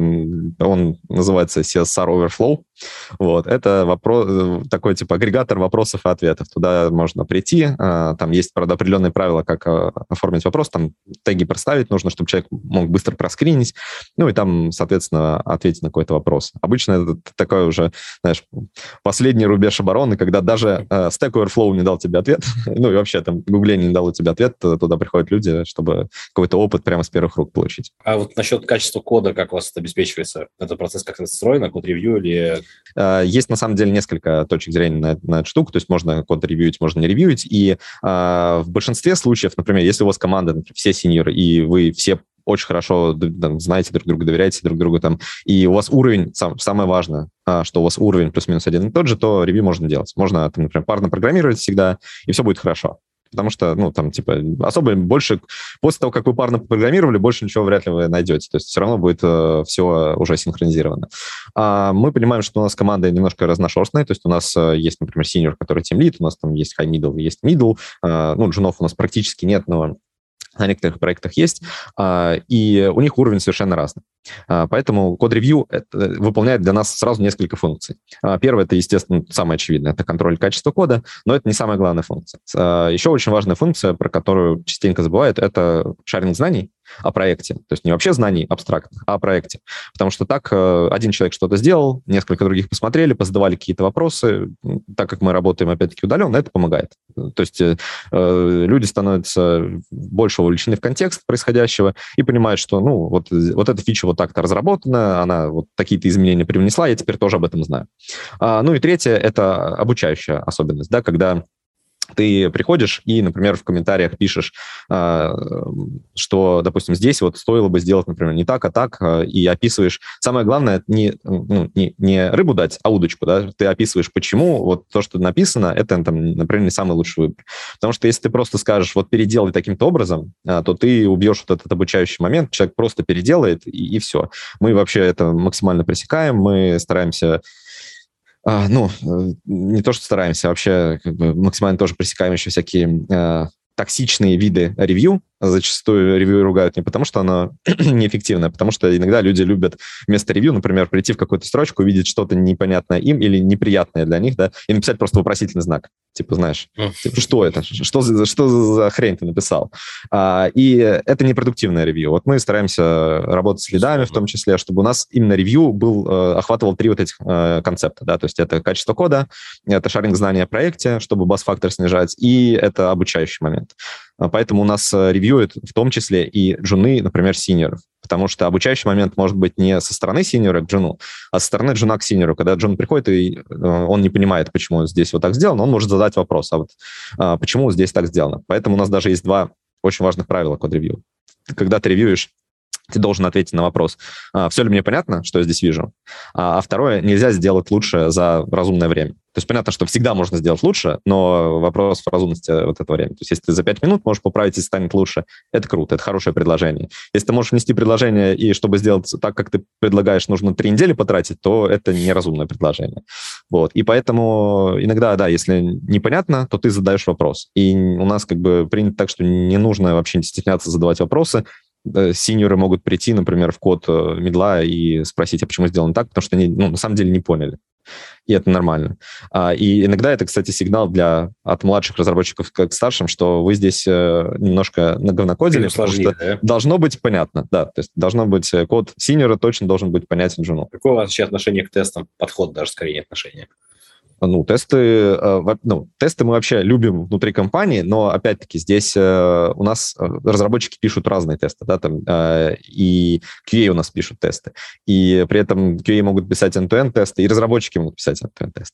он называется си эс ар Overflow. Вот, это вопрос, такой типа агрегатор вопросов и ответов. Туда можно прийти, э, там есть, правда, определенные правила, как э, оформить вопрос, там теги проставить нужно, чтобы человек мог быстро проскринить, ну и там, соответственно, ответить на какой-то вопрос. Обычно это такое уже, знаешь, последний рубеж обороны, когда даже э, Stack Overflow не дал тебе ответ, ну и вообще там Google не дал тебе ответ, туда приходят люди, чтобы какой-то опыт прямо с первых рук получить. А вот насчет качества кода, как у вас это обеспечивается? Это процесс как-то встроен, код-ревью или... Э, есть на самом деле несколько точек зрения на, на эту штуку, то есть можно код ревьюить, можно не ревьюить, и э, в большинстве случаев, например, если у вас команда, например, все сеньоры, и вы все очень хорошо там, знаете друг друга, доверяете друг другу, там, и у вас уровень, сам, самое важное, а, что у вас уровень плюс-минус один и тот же, то ревью можно делать. Можно, там, например, парно программировать всегда, и все будет хорошо. Потому что, ну, там, типа, особо больше... После того, как вы парно программировали, больше ничего вряд ли вы найдете. То есть все равно будет э, все уже синхронизировано. А мы понимаем, что у нас команда немножко разношерстная. То есть у нас э, есть, например, senior, который team lead, у нас там есть high middle, есть middle. Э, ну, джунов у нас практически нет, но на некоторых проектах есть, и у них уровень совершенно разный. Поэтому код-ревью выполняет для нас сразу несколько функций. Первое, это, естественно, самое очевидное, это контроль качества кода, но это не самая главная функция. Еще очень важная функция, про которую частенько забывают, это шаринг знаний о проекте. То есть не вообще знаний абстрактных, а о проекте. Потому что так один человек что-то сделал, несколько других посмотрели, позадавали какие-то вопросы. Так как мы работаем, опять-таки, удаленно, это помогает. То есть э, люди становятся больше вовлечены в контекст происходящего и понимают, что ну, вот, вот эта фича вот так-то разработана, она вот такие-то изменения привнесла, я теперь тоже об этом знаю. А, ну и третье — это обучающая особенность, да, когда ты приходишь и, например, в комментариях пишешь, что, допустим, здесь вот стоило бы сделать, например, не так, а так, и описываешь. Самое главное, не, ну, не, не рыбу дать, а удочку, да, ты описываешь, почему вот то, что написано, это, там, например, не самый лучший выбор. Потому что если ты просто скажешь, вот переделай таким-то образом, то ты убьешь вот этот обучающий момент, человек просто переделает, и, и все. Мы вообще это максимально пресекаем, мы стараемся... А, ну, не то, что стараемся, вообще как бы максимально тоже пресекаем еще всякие э, токсичные виды ревью, зачастую ревью ругают не потому, что оно неэффективное, а потому что иногда люди любят вместо ревью, например, прийти в какую-то строчку, увидеть что-то непонятное им или неприятное для них, да, и написать просто вопросительный знак. Типа, знаешь, типа, что это? Что за, что за хрень ты написал? А, и это непродуктивное ревью. Вот мы стараемся работать с лидами в том числе, чтобы у нас именно ревью был, охватывал три вот этих э, концепта, да, то есть это качество кода, это шаринг знания о проекте, чтобы бас-фактор снижать, и это обучающий момент. Поэтому у нас ревьюют в том числе и джуны, например, синьоров. Потому что обучающий момент может быть не со стороны синьора к джуну, а со стороны джуна к синьору. Когда джун приходит, и он не понимает, почему здесь вот так сделано, он может задать вопрос, а вот а, почему здесь так сделано. Поэтому у нас даже есть два очень важных правила код-ревью. Когда ты ревьюешь, ты должен ответить на вопрос, а, все ли мне понятно, что я здесь вижу. А, а второе, нельзя сделать лучше за разумное время. То есть понятно, что всегда можно сделать лучше, но вопрос в разумности вот этого времени. То есть если ты за пять минут можешь поправить и станет лучше, это круто, это хорошее предложение. Если ты можешь внести предложение, и чтобы сделать так, как ты предлагаешь, нужно три недели потратить, то это неразумное предложение. Вот. И поэтому иногда, да, если непонятно, то ты задаешь вопрос. И у нас как бы принято так, что не нужно вообще стесняться задавать вопросы. Синьоры могут прийти, например, в код мидла и спросить, а почему сделано так, потому что они, ну, на самом деле не поняли. И это нормально. И иногда это, кстати, сигнал для, от младших разработчиков к старшим, что вы здесь немножко наговнокодили, потому что да? Должно быть понятно. Да, то есть должно быть код синьора точно должен быть понятен джуну. Какое у вас вообще отношение к тестам? Подход даже скорее отношение. Ну, тесты, ну, тесты мы вообще любим внутри компании, но, опять-таки, здесь у нас разработчики пишут разные тесты, да, там, и кью эй у нас пишут тесты, и при этом кью эй могут писать end-to-end тесты, и разработчики могут писать end-to-end тесты.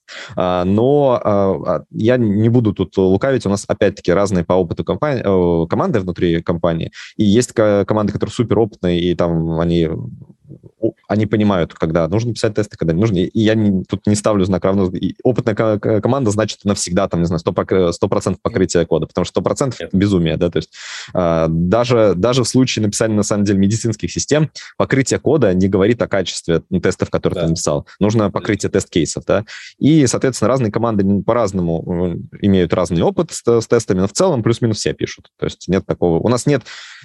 Но я не буду тут лукавить, у нас, опять-таки, разные по опыту компании, команды внутри компании, и есть команды, которые суперопытные, и там они... Они понимают, когда нужно писать тесты, когда не нужно. И я не, тут не ставлю знак равно. И опытная ко- команда значит навсегда, там, не знаю, сто процентов покрытия кода, потому что сто процентов это безумие, да, то есть э, даже, даже в случае написания, на самом деле, медицинских систем, покрытие кода не говорит о качестве тестов, которые да. ты написал. Нужно покрытие тест-кейсов, да. И, соответственно, разные команды по-разному имеют разный опыт с, с тестами, но в целом плюс-минус все пишут. То есть нет такого... У нас нет,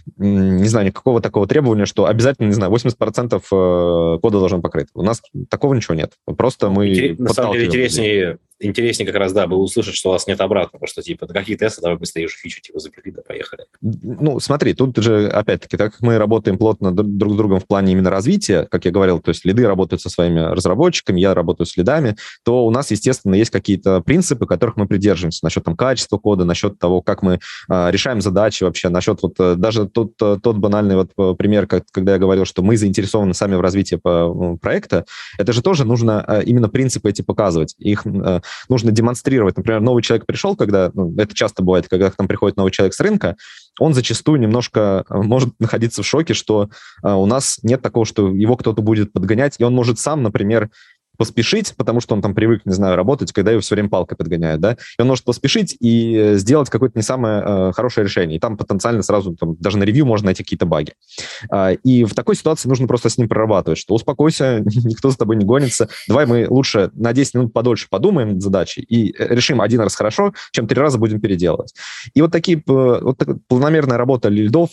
не знаю, никакого такого требования, что обязательно, не знаю, восемьдесят процентов кода должен покрыть. У нас такого ничего нет. Просто мы... Интерес, на самом деле интереснее, интереснее как раз, да, было услышать, что у вас нет обратного, что типа, да какие тесты, давай быстрее уже фичу, типа, запили, да поехали. Ну, смотри, тут же, опять-таки, так как мы работаем плотно друг с другом в плане именно развития, как я говорил, то есть лиды работают со своими разработчиками, я работаю с лидами, то у нас, естественно, есть какие-то принципы, которых мы придерживаемся насчет там качества кода, насчет того, как мы а, решаем задачи вообще, насчет вот даже тот, тот банальный вот пример, как, когда я говорил, что мы заинтересованы сами в развитии по, проекта, это же тоже нужно а, именно принципы эти показывать. Их а, нужно демонстрировать. Например, новый человек пришел, когда, ну, это часто бывает, когда к нам приходит новый человек с рынка, он зачастую немножко может находиться в шоке, что а, у нас нет такого, что его кто-то будет подгонять, и он может сам, например, поспешить, потому что он там привык, не знаю, работать, когда его все время палкой подгоняют, да, и он может поспешить и сделать какое-то не самое э, хорошее решение, и там потенциально сразу, там, даже на ревью можно найти какие-то баги. А, и в такой ситуации нужно просто с ним прорабатывать, что успокойся, никто за тобой не гонится, давай мы лучше на десять минут подольше подумаем над задачей и решим один раз хорошо, чем три раза будем переделывать. И вот такие, вот такая планомерная работа лидов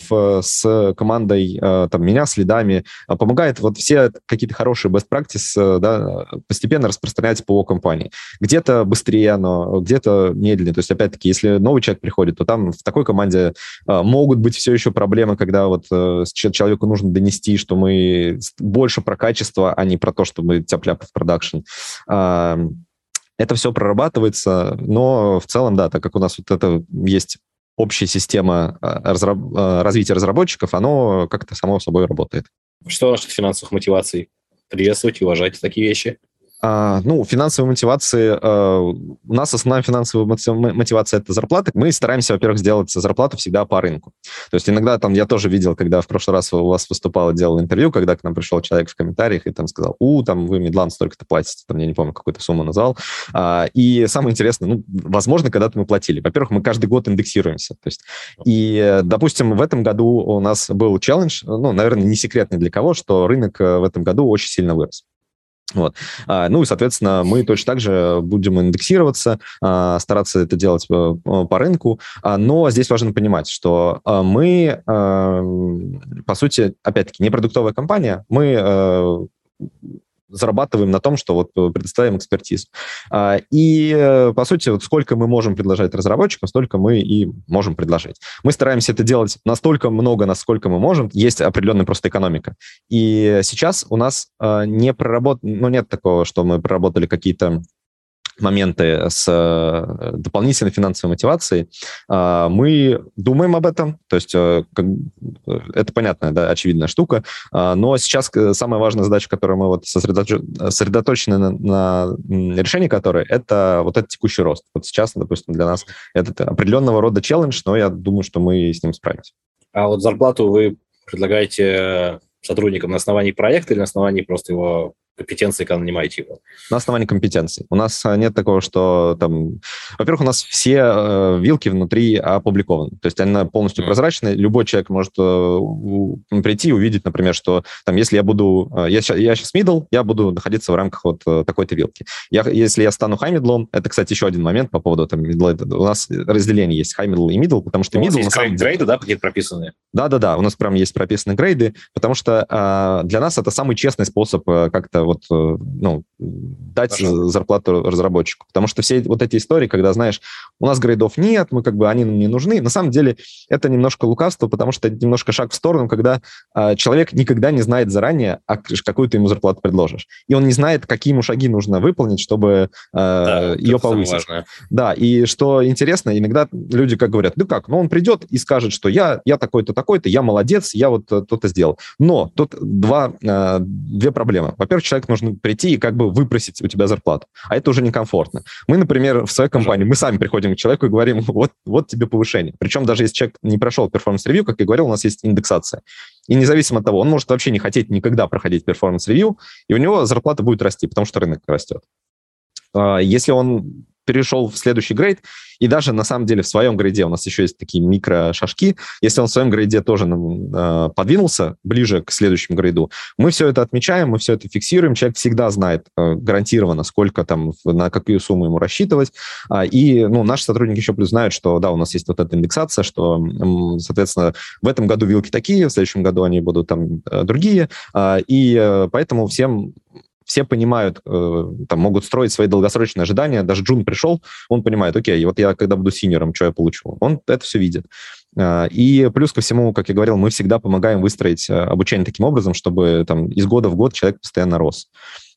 с командой, там, меня, с лидами, помогает вот все какие-то хорошие best practice, да, постепенно распространяется по компании. Где-то быстрее оно, где-то медленнее. То есть, опять-таки, если новый человек приходит, то там в такой команде а, могут быть все еще проблемы, когда вот а, человеку нужно донести, что мы больше про качество, а не про то, чтобы тяп-ляп в продакшн. А, это все прорабатывается, но в целом, да, так как у нас вот это есть общая система разраб... развития разработчиков, оно как-то само собой работает. Что насчет финансовых мотиваций? Приветствовать и уважать такие вещи. А, ну, финансовые мотивации... А, у нас основная финансовая мотивация – это зарплаты. Мы стараемся, во-первых, сделать зарплату всегда по рынку. То есть иногда там я тоже видел, когда в прошлый раз у вас выступал и делал интервью, когда к нам пришел человек в комментариях и там сказал, у, там вы медлам столько-то платите, там я не помню, какую-то сумму назвал. А, и самое интересное, ну, возможно, когда-то мы платили. Во-первых, мы каждый год индексируемся. То есть, и, допустим, в этом году у нас был челлендж, ну, наверное, не секретный для кого, что рынок в этом году очень сильно вырос. Вот. Ну и, соответственно, мы точно так же будем индексироваться, стараться это делать по рынку, но здесь важно понимать, что мы, по сути, опять-таки, не продуктовая компания, мы зарабатываем на том, что вот предоставляем экспертизу. И, по сути, вот сколько мы можем предложить разработчикам, столько мы и можем предложить. Мы стараемся это делать настолько много, насколько мы можем. Есть определенная просто экономика. И сейчас у нас не проработ... ну, нет такого, что мы проработали какие-то моменты с дополнительной финансовой мотивацией, мы думаем об этом, то есть это понятная, да, очевидная штука, но сейчас самая важная задача, которую мы вот сосредоточены на, на решении которой, это вот этот текущий рост. Вот сейчас, допустим, для нас это определенного рода челлендж, но я думаю, что мы с ним справимся. А вот зарплату вы предлагаете сотрудникам на основании проекта или на основании просто его компетенции, когда нанимаете его? На основании компетенций. У нас нет такого, что там... Во-первых, у нас все э, вилки внутри опубликованы. То есть они полностью mm. прозрачны. Любой человек может э, прийти и увидеть, например, что там, если я буду... Э, я, я сейчас middle, я буду находиться в рамках вот э, такой-то вилки. Я, если я стану high middle, это, кстати, еще один момент по поводу там, middle. У нас разделение есть high middle и middle, потому что у middle... У вас есть грейды, да, какие-то прописанные? Да-да-да, у нас прям есть прописаны грейды, потому что э, для нас это самый честный способ э, как-то вот, ну, дать Пожалуйста. зарплату разработчику. Потому что все вот эти истории, когда, знаешь, у нас грейдов нет, мы как бы, они нам не нужны, на самом деле это немножко лукавство, потому что это немножко шаг в сторону, когда э, человек никогда не знает заранее, а какую ты ему зарплату предложишь. И он не знает, какие ему шаги нужно выполнить, чтобы э, да, ее повысить. Да, и что интересно, иногда люди как говорят, да как, ну он придет и скажет, что я, я такой-то, такой-то, я молодец, я вот то-то сделал. Но тут два, э, две проблемы. Во-первых, человек нужно прийти и как бы выпросить у тебя зарплату. А это уже некомфортно. Мы, например, в своей компании, мы сами приходим к человеку и говорим, вот, вот тебе повышение. Причем даже если человек не прошел перформанс-ревью, как я говорил, у нас есть индексация. И независимо от того, он может вообще не хотеть никогда проходить перформанс-ревью, и у него зарплата будет расти, потому что рынок растет. Если он перешел в следующий грейд, и даже на самом деле в своем грейде, у нас еще есть такие микрошажки, если он в своем грейде тоже э, подвинулся ближе к следующему грейду, мы все это отмечаем, мы все это фиксируем, человек всегда знает э, гарантированно, сколько там, на какую сумму ему рассчитывать, а, и ну, наши сотрудники еще плюс знают, что да, у нас есть вот эта индексация, что, э, соответственно, в этом году вилки такие, в следующем году они будут там э, другие, э, и э, поэтому всем все понимают, там, могут строить свои долгосрочные ожидания. Даже Джун пришел, он понимает, окей, вот я когда буду синьором, что я получу? Он это все видит. И плюс ко всему, как я говорил, мы всегда помогаем выстроить обучение таким образом, чтобы там, из года в год человек постоянно рос.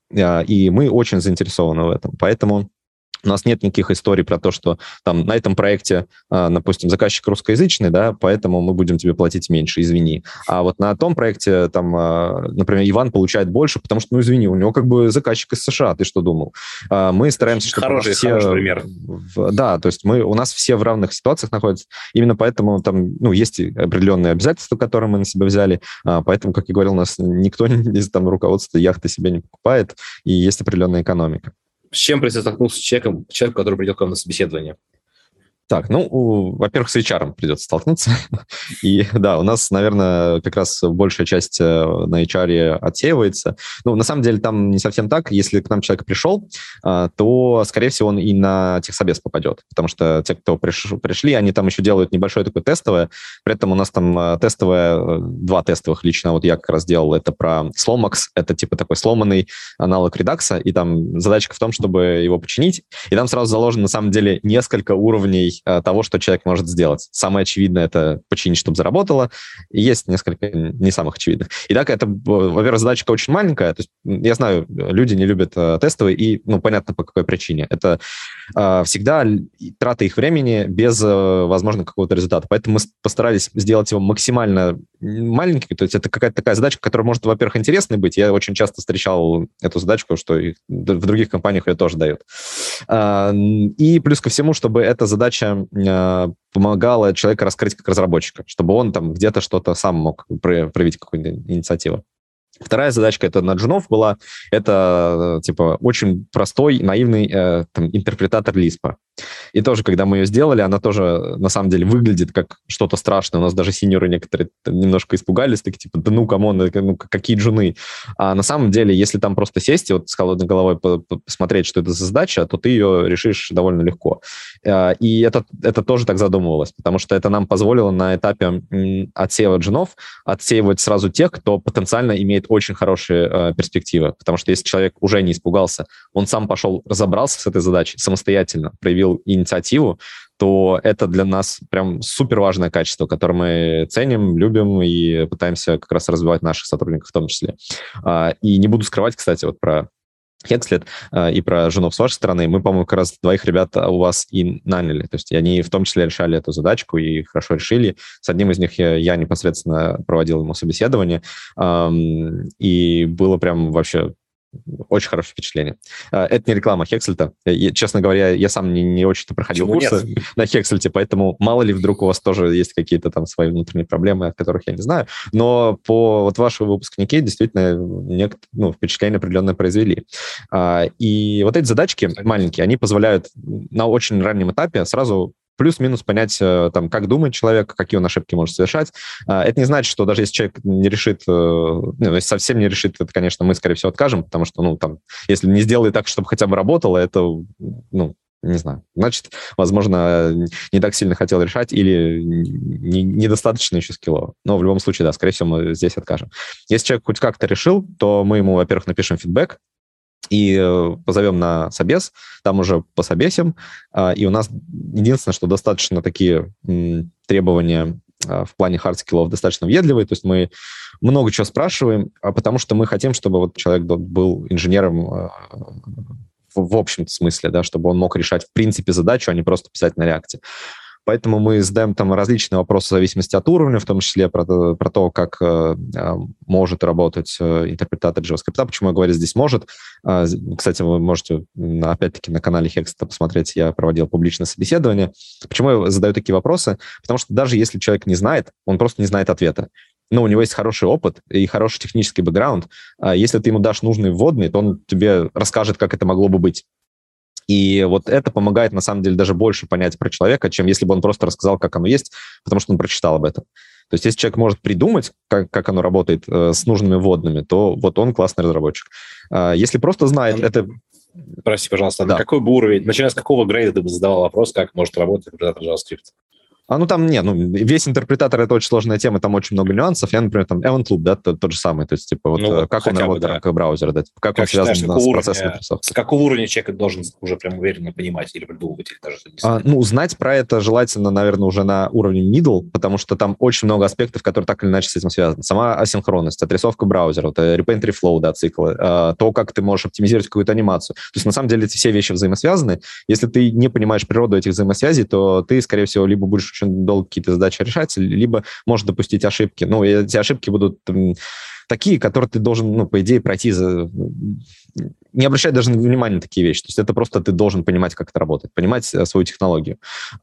И мы очень заинтересованы в этом. Поэтому у нас нет никаких историй про то, что там на этом проекте, допустим, заказчик русскоязычный, да, поэтому мы будем тебе платить меньше, извини. А вот на том проекте, там, например, Иван получает больше, потому что, ну, извини, у него как бы заказчик из США, ты что думал? Мы стараемся, чтобы хороший, все... Хороший пример. Да, то есть мы, у нас все в равных ситуациях находятся. Именно поэтому там, ну, есть определенные обязательства, которые мы на себя взяли, поэтому, как я говорил, у нас никто из там руководства яхты себе не покупает, и есть определенная экономика. С чем придется столкнуться с человеком, человек, который придет к вам на собеседование? Так, ну, у, во-первых, с эйч ар придется столкнуться. И да, у нас, наверное, как раз большая часть на эйч ар отсеивается. Ну, на самом деле, там не совсем так. Если к нам человек пришел, то, скорее всего, он и на техсобес попадет. Потому что те, кто приш, пришли, они там еще делают небольшое такое тестовое. При этом у нас там тестовое, два тестовых лично. Вот я как раз делал это про Slomax. Это типа такой сломанный аналог Redux. И там задачка в том, чтобы его починить. И там сразу заложено, на самом деле, несколько уровней того, что человек может сделать. Самое очевидное — это починить, чтобы заработало. И есть несколько не самых очевидных. И так это, во-первых, задачка очень маленькая. То есть, я знаю, люди не любят э, тестовые, и, ну, понятно, по какой причине. Это э, всегда трата их времени без, э, возможно, какого-то результата. Поэтому мы постарались сделать его максимально маленький. То есть это какая-то такая задачка, которая может, во-первых, интересной быть. Я очень часто встречал эту задачку, что и в других компаниях ее тоже дают. Э, и плюс ко всему, чтобы эта задача помогала человеку раскрыть как разработчика, чтобы он там где-то что-то сам мог проявить какую-то инициативу. Вторая задачка, это на джунов была, это, типа, очень простой, наивный э, там, интерпретатор Лиспа. И тоже, когда мы ее сделали, она тоже, на самом деле, выглядит как что-то страшное. У нас даже синьоры некоторые немножко испугались, такие, типа, да ну, камон, ну, какие джуны. А на самом деле, если там просто сесть и вот с холодной головой посмотреть, что это за задача, то ты ее решишь довольно легко. И это, это тоже так задумывалось, потому что это нам позволило на этапе отсева джунов отсеивать сразу тех, кто потенциально имеет очень хорошие э, перспективы. Потому что если человек уже не испугался, он сам пошел, разобрался с этой задачей самостоятельно, проявил инициативу, то это для нас прям супер важное качество, которое мы ценим, любим и пытаемся как раз развивать наших сотрудников в том числе. А, и не буду скрывать, кстати, вот про Hexlet э, и про женов с вашей стороны. Мы, по-моему, как раз двоих ребят у вас и наняли. То есть они в том числе решали эту задачку и хорошо решили. С одним из них я, я непосредственно проводил ему собеседование. Эм, и было прям вообще очень хорошее впечатление. Это не реклама Hexlet. Честно говоря, я сам не, не очень-то проходил Почему курсы нет? на Hexlet, поэтому мало ли вдруг у вас тоже есть какие-то там свои внутренние проблемы, от которых я не знаю. Но по вот вашему выпускнике действительно нек- ну, впечатление определенное произвели. И вот эти задачки маленькие, они позволяют на очень раннем этапе сразу плюс-минус понять, там, как думает человек, какие он ошибки может совершать. Это не значит, что даже если человек не решит, ну, если совсем не решит, это, конечно, мы, скорее всего, откажем, потому что, ну, там, если не сделает так, чтобы хотя бы работало, это, ну, не знаю, значит, возможно, не так сильно хотел решать или не, недостаточно еще скиллово. Но в любом случае, да, скорее всего, мы здесь откажем. Если человек хоть как-то решил, то мы ему, во-первых, напишем фидбэк, и позовем на собес, там уже пособесим, и у нас единственное, что достаточно такие требования в плане хард-скиллов достаточно въедливые, то есть мы много чего спрашиваем, потому что мы хотим, чтобы вот человек был инженером в общем смысле, да, чтобы он мог решать в принципе задачу, а не просто писать на реакте. Поэтому мы задаем там различные вопросы в зависимости от уровня, в том числе про, про то, как э, может работать э, интерпретатор JavaScript. Почему я говорю здесь может? Э, кстати, вы можете, опять-таки, на канале Hexlet посмотреть, я проводил публичное собеседование. Почему я задаю такие вопросы? Потому что даже если человек не знает, он просто не знает ответа. Но у него есть хороший опыт и хороший технический бэкграунд. Если ты ему дашь нужные вводные, то он тебе расскажет, как это могло бы быть. И вот это помогает, на самом деле, даже больше понять про человека, чем если бы он просто рассказал, как оно есть, потому что он прочитал об этом. То есть если человек может придумать, как, как оно работает э, с нужными вводными, то вот он классный разработчик. А если просто знает, он... это... Прости, пожалуйста, да. На какой бы уровень, начиная с какого грейда ты бы задавал вопрос, как может работать интерпретатор JavaScript? А, ну, там нет, ну, весь интерпретатор — это очень сложная тема, там очень много нюансов. Я, например, там, Event Loop, да, тот, тот же самый, то есть, типа, вот ну, как он работает, да. как браузер, да, как, как он считаешь, связан с процессом Microsoft. С какого уровня человек должен уже прям уверенно понимать или придумывать, или даже не а, ну, знать про это желательно, наверное, уже на уровне middle, потому что там очень много аспектов, которые так или иначе с этим связаны. Сама асинхронность, отрисовка браузера, вот, repaint reflow, да, циклы, а, то, как ты можешь оптимизировать какую-то анимацию. То есть, на самом деле, эти все вещи взаимосвязаны. Если ты не понимаешь природу этих взаимосвязей, то ты, скорее всего, либо будешь очень долго какие-то задачи решать, либо можешь допустить ошибки. Ну, и эти ошибки будут м, такие, которые ты должен, ну, по идее, пройти за... Не обращать даже внимания на такие вещи. То есть это просто ты должен понимать, как это работает, понимать свою технологию.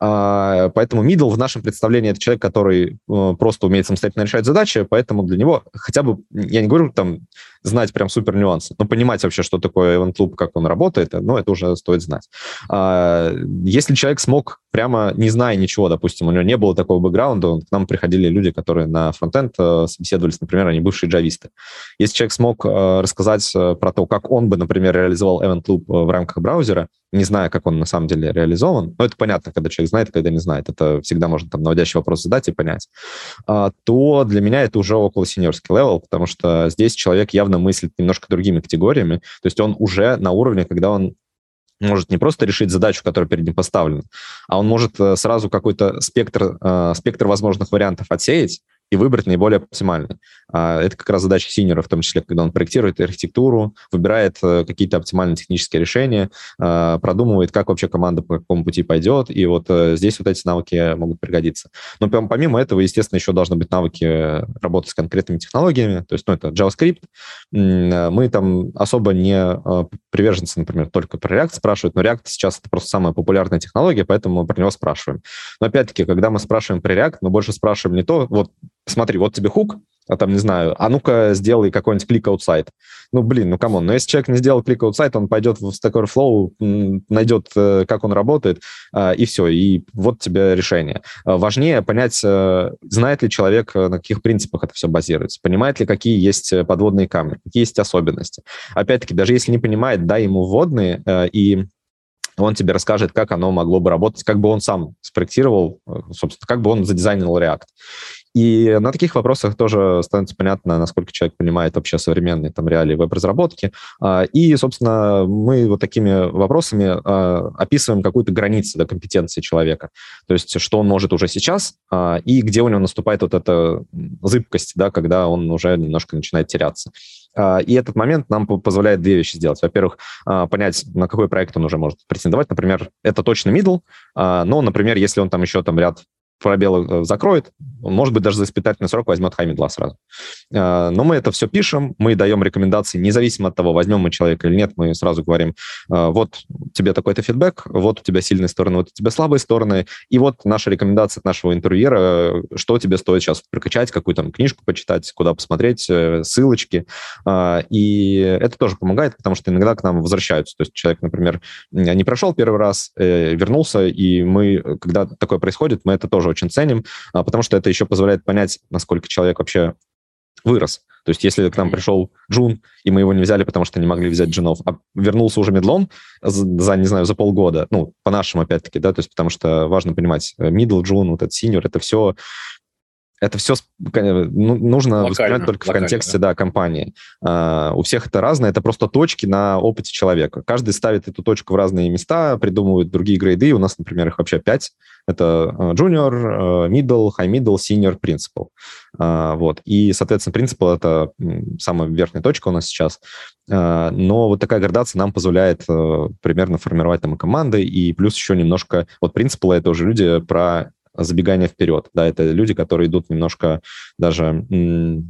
А, поэтому middle в нашем представлении — это человек, который э, просто умеет самостоятельно решать задачи, поэтому для него хотя бы, я не говорю там знать прям супер нюансы, но понимать вообще, что такое Event Loop, как он работает, ну, это уже стоит знать. А, если человек смог, прямо не зная ничего, допустим, у него не было такого бэкграунда, к нам приходили люди, которые на фронтенд э, собеседовались, например, они бывшие джависты. Если человек смог э, рассказать э, про то, как он бы, например, реализовал Event Loop в рамках браузера, не зная, как он на самом деле реализован, но это понятно, когда человек знает, когда не знает, это всегда можно там наводящий вопрос задать и понять, а, то для меня это уже около сеньорский левел, потому что здесь человек явно мыслит немножко другими категориями, то есть он уже на уровне, когда он может не просто решить задачу, которая перед ним поставлена, а он может сразу какой-то спектр, спектр возможных вариантов отсеять и выбрать наиболее оптимальный. Это как раз задача синьора, в том числе, когда он проектирует архитектуру, выбирает какие-то оптимальные технические решения, продумывает, как вообще команда по какому пути пойдет, и вот здесь вот эти навыки могут пригодиться. Но помимо этого, естественно, еще должны быть навыки работы с конкретными технологиями, то есть, ну, это JavaScript. Мы там особо не приверженцы, например, только про React спрашивают, но React сейчас это просто самая популярная технология, поэтому мы про него спрашиваем. Но опять-таки, когда мы спрашиваем про React, мы больше спрашиваем не то, вот смотри, вот тебе хук, а там, не знаю, а ну-ка сделай какой-нибудь клик-аутсайд. Ну, блин, ну, камон, но если человек не сделал клик-аутсайд, он пойдет в Stack Overflow, найдет, как он работает, и все, и вот тебе решение. Важнее понять, знает ли человек, на каких принципах это все базируется, понимает ли, какие есть подводные камни, какие есть особенности. Опять-таки, даже если не понимает, дай ему вводные, и он тебе расскажет, как оно могло бы работать, как бы он сам спроектировал, собственно, как бы он задизайнил React. И на таких вопросах тоже становится понятно, насколько человек понимает вообще современные там реалии веб-разработки. И, собственно, мы вот такими вопросами описываем какую-то границу, да, компетенции человека. То есть, что он может уже сейчас, и где у него наступает вот эта зыбкость, да, когда он уже немножко начинает теряться. И этот момент нам позволяет две вещи сделать. Во-первых, понять, на какой проект он уже может претендовать. Например, это точно middle, но, например, если он там еще там ряд пробелы закроет, он, может быть, даже за испытательный срок возьмет high-middle сразу. Но мы это все пишем, мы даем рекомендации, независимо от того, возьмем мы человека или нет, мы сразу говорим, вот тебе такой-то фидбэк, вот у тебя сильные стороны, вот у тебя слабые стороны, и вот наша рекомендация от нашего интервьюера, что тебе стоит сейчас прокачать, какую там книжку почитать, куда посмотреть, ссылочки. И это тоже помогает, потому что иногда к нам возвращаются. То есть человек, например, не прошел первый раз, вернулся, и мы, когда такое происходит, мы это тоже очень ценим, потому что это еще позволяет понять, насколько человек вообще вырос. То есть если к нам пришел джун, и мы его не взяли, потому что не могли взять джунов, а вернулся уже медлом за, не знаю, за полгода, ну, по-нашему, опять-таки, да, то есть потому что важно понимать, middle, джун, вот этот senior, это все... Это все нужно локально, воспринимать только локально, в контексте да? Да, компании. Uh, у всех это разное, это просто точки на опыте человека. Каждый ставит эту точку в разные места, придумывает другие грейды. У нас, например, их вообще пять. Это junior, middle, high middle, senior, principal. Uh, вот. И, соответственно, principal — это самая верхняя точка у нас сейчас. Uh, но вот такая градация нам позволяет uh, примерно формировать там и команды, и плюс еще немножко... Вот principal — это уже люди про... забегание вперед. Да, это люди, которые идут немножко даже м-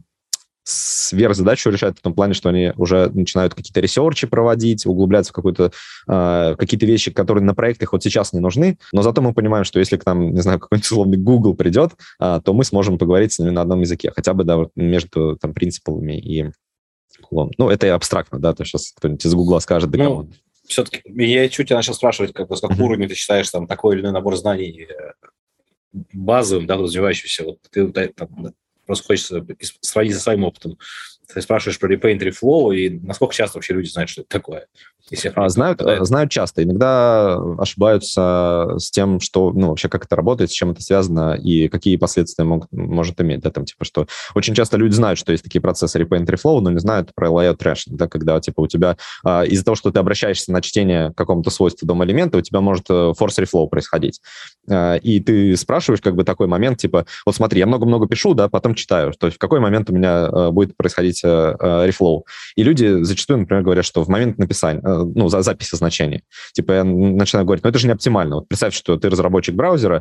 сверхзадачу решают в том плане, что они уже начинают какие-то ресерчи проводить, углубляться в какую-то, э, какие-то вещи, которые на проектах вот сейчас не нужны, но зато мы понимаем, что если к нам, не знаю, какой-нибудь условный Google придет, э, то мы сможем поговорить с ними на одном языке, хотя бы, да, вот между там принципами и Google. Ну, это и абстрактно, да, то сейчас кто-нибудь из Google скажет, да, ну, кому. Все-таки я чуть тебя начал спрашивать, как, с какого уровня ты считаешь там такой или иной набор знаний базовым, да, развивающимся. Вот ты там, просто хочется сравнить со своим опытом. Ты спрашиваешь про Repaint Reflow, и насколько часто вообще люди знают, что это такое? А, знают, знают часто. Иногда ошибаются с тем, что, ну, вообще как это работает, с чем это связано и какие последствия мог, может иметь. Да, там, типа, что очень часто люди знают, что есть такие процессы Repaint Reflow, но не знают про layout trashing, да, когда типа у тебя а, из-за того, что ты обращаешься на чтение какому-то свойству дома элемента, у тебя может force reflow происходить. А, и ты спрашиваешь как бы такой момент, типа, вот смотри, я много-много пишу, да, потом читаю, то есть в какой момент у меня а, будет происходить reflow. И люди зачастую, например, говорят, что в момент написания, ну, за записи значений. Типа я начинаю говорить, ну это же не оптимально. Вот представь, что ты разработчик браузера,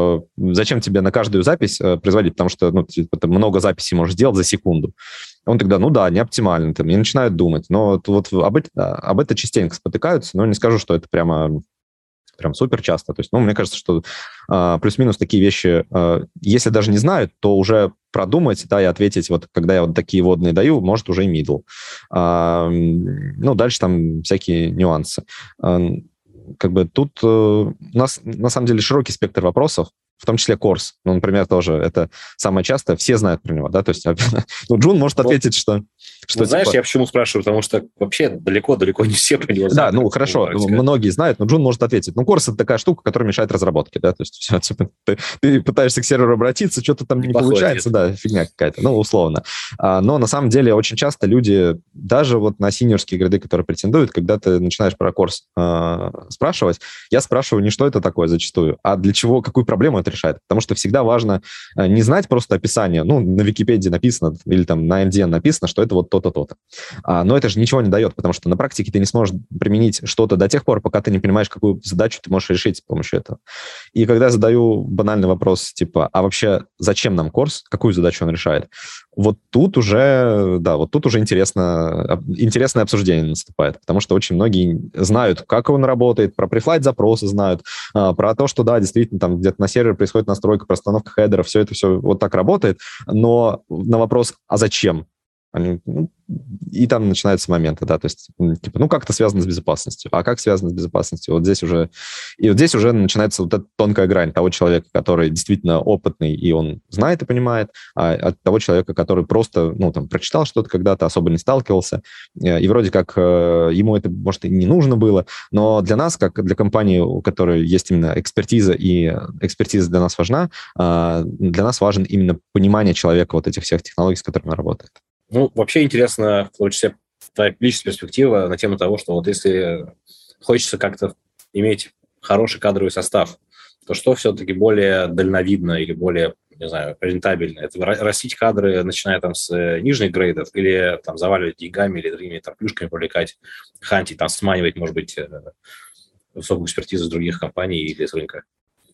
зачем тебе на каждую запись производить, потому что ну, типа, ты много записей можешь сделать за секунду. Он тогда, ну да, не оптимально, там, и начинают думать. Но вот об, об этом частенько спотыкаются, но не скажу, что это прямо... прям супер часто. То есть, ну, мне кажется, что э, плюс-минус такие вещи, э, если даже не знают, то уже продумать, да, и ответить, вот когда я вот такие водные даю, может уже и middle. А, ну, дальше там всякие нюансы. А, как бы тут э, у нас на самом деле широкий спектр вопросов, в том числе Корс. Ну, например, тоже это самое частое, все знают про него, да, то есть ну, Джун может ответить, что... Что, ну, знаешь, типа... я почему спрашиваю, потому что вообще далеко-далеко не все про него знают. Да, ну, хорошо, многие знают, но Джун может ответить. Ну, Корс — это такая штука, которая мешает разработке, да, то есть все, типа, ты, ты пытаешься к серверу обратиться, что-то там не получается, ответ. Да, фигня какая-то, ну, условно. А, но на самом деле очень часто люди, даже вот на синьорские грейды, которые претендуют, когда ты начинаешь про Корс а, спрашивать, я спрашиваю не что это такое зачастую, а для чего, какую проблему это решает. Потому что всегда важно не знать просто описание, ну, на Википедии написано или там на эм ди эн написано, что это вот то-то, то-то. А, но это же ничего не дает, потому что на практике ты не сможешь применить что-то до тех пор, пока ты не понимаешь, какую задачу ты можешь решить с помощью этого. И когда я задаю банальный вопрос, типа, а вообще зачем нам курс, какую задачу он решает, вот тут уже, да, вот тут уже интересно, интересное обсуждение наступает, потому что очень многие знают, как он работает, про префлайт-запросы знают, про то, что, да, действительно, там где-то на сервере происходит настройка, простановка хедеров, все это все вот так работает, но на вопрос, а зачем? Они, ну, и там начинаются моменты, да, то есть, типа, ну, как это связано с безопасностью, а как связано с безопасностью? Вот здесь уже, и вот здесь уже начинается вот эта тонкая грань того человека, который действительно опытный, и он знает и понимает, а от того человека, который просто, ну, там, прочитал что-то когда-то, особо не сталкивался, и вроде как ему это, может, и не нужно было, но для нас, как для компании, у которой есть именно экспертиза, и экспертиза для нас важна, для нас важен именно понимание человека вот этих всех технологий, с которыми он работает. Ну, вообще интересно, в том числе, твоя личная перспектива на тему того, что вот если хочется как-то иметь хороший кадровый состав, то что все-таки более дальновидно или более, не знаю, рентабельно? Это растить кадры, начиная там с нижних грейдов, или там заваливать деньгами или другими там плюшками привлекать, хантить, там сманивать, может быть, высокую экспертизу с других компаний или с рынка?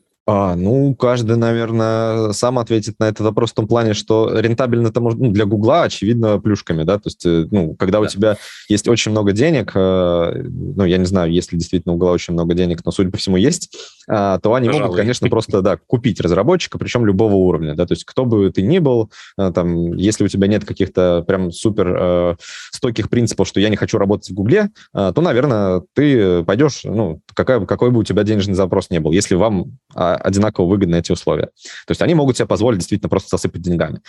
А, ну, каждый, наверное, сам ответит на этот вопрос в том плане, что рентабельно это может, ну, для Гугла, очевидно, плюшками, да, то есть, ну, когда да. у тебя есть очень много денег, э, ну, я не знаю, есть ли действительно у Гугла очень много денег, но, судя по всему, есть, э, то они Пожалуй. могут, конечно, просто, да, купить разработчика, причем любого уровня, да, то есть, кто бы ты ни был, э, там, если у тебя нет каких-то прям супер э, стойких принципов, что я не хочу работать в Гугле, э, то, наверное, ты пойдешь, ну, какая, какой бы у тебя денежный запрос не был, если вам одинаково выгодны эти условия. То есть они могут себе позволить действительно просто засыпать деньгами.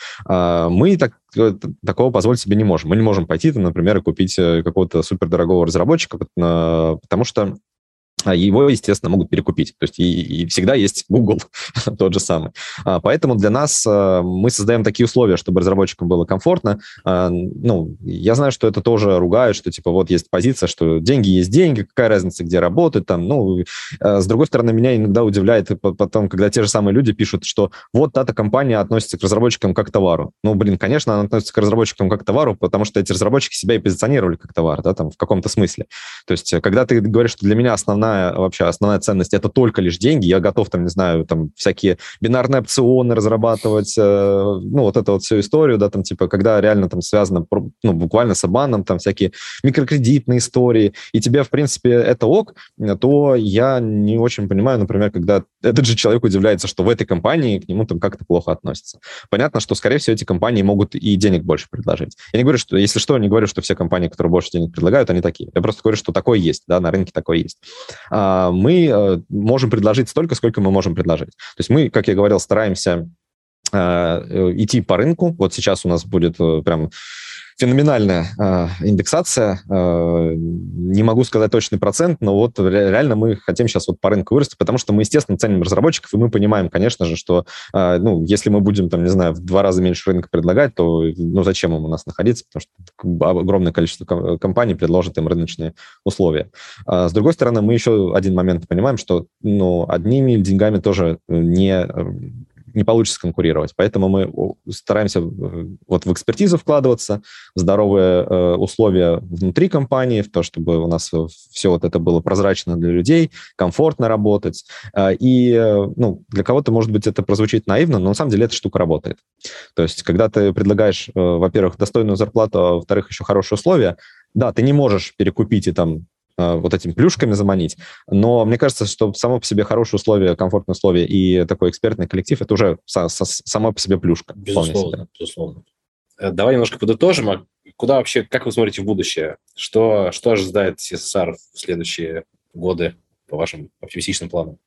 Мы так, такого позволить себе не можем. Мы не можем пойти, например, и купить какого-то супердорогого разработчика, потому что его, естественно, могут перекупить. То есть и, и всегда есть Google тот же самый. Поэтому для нас мы создаем такие условия, чтобы разработчикам было комфортно. Ну, я знаю, что это тоже ругают, что типа вот есть позиция, что деньги есть деньги, какая разница, где работать там. Ну, с другой стороны, меня иногда удивляет потом, когда те же самые люди пишут, что вот та-то компания относится к разработчикам как к товару. Ну, блин, конечно, она относится к разработчикам как к товару, потому что эти разработчики себя и позиционировали как товар, да, там в каком-то смысле. То есть когда ты говоришь, что для меня основная вообще основная ценность это только лишь деньги, я готов там, не знаю, там всякие бинарные опционы разрабатывать, э, ну, вот эту вот всю историю, да, там, типа, когда реально там связано, ну, буквально с обманом, там всякие микрокредитные истории, и тебе, в принципе, это ок, то я не очень понимаю, например, когда этот же человек удивляется, что в этой компании к нему там как-то плохо относятся. Понятно, что, скорее всего, эти компании могут и денег больше предложить. Я не говорю, что, если что, не говорю, что все компании, которые больше денег предлагают, они такие. Я просто говорю, что такое есть, да, на рынке такое есть. Мы можем предложить столько, сколько мы можем предложить. То есть мы, как я говорил, стараемся идти по рынку. Вот сейчас у нас будет прям феноменальная э, индексация. Э, не могу сказать точный процент, но вот реально мы хотим сейчас вот по рынку вырасти, потому что мы, естественно, ценим разработчиков, и мы понимаем, конечно же, что э, ну, если мы будем, там, не знаю, в два раза меньше рынка предлагать, то ну, зачем им у нас находиться, потому что огромное количество компаний предложит им рыночные условия. А с другой стороны, мы еще один момент понимаем, что ну, одними деньгами тоже не... не получится конкурировать. Поэтому мы стараемся вот в экспертизу вкладываться, в здоровые э, условия внутри компании, в то, чтобы у нас все вот это было прозрачно для людей, комфортно работать. Э, и э, ну, для кого-то, может быть, это прозвучит наивно, но на самом деле эта штука работает. То есть, когда ты предлагаешь, э, во-первых, достойную зарплату, а во-вторых, еще хорошие условия, да, ты не можешь перекупить и там вот этими плюшками заманить. Но мне кажется, что само по себе хорошие условия, комфортные условия и такой экспертный коллектив, это уже со- со- само по себе плюшка. Безусловно, безусловно. Давай немножко подытожим. Куда вообще, как вы смотрите в будущее? Что, что ожидает си эс эс ар в следующие годы по вашим оптимистичным планам?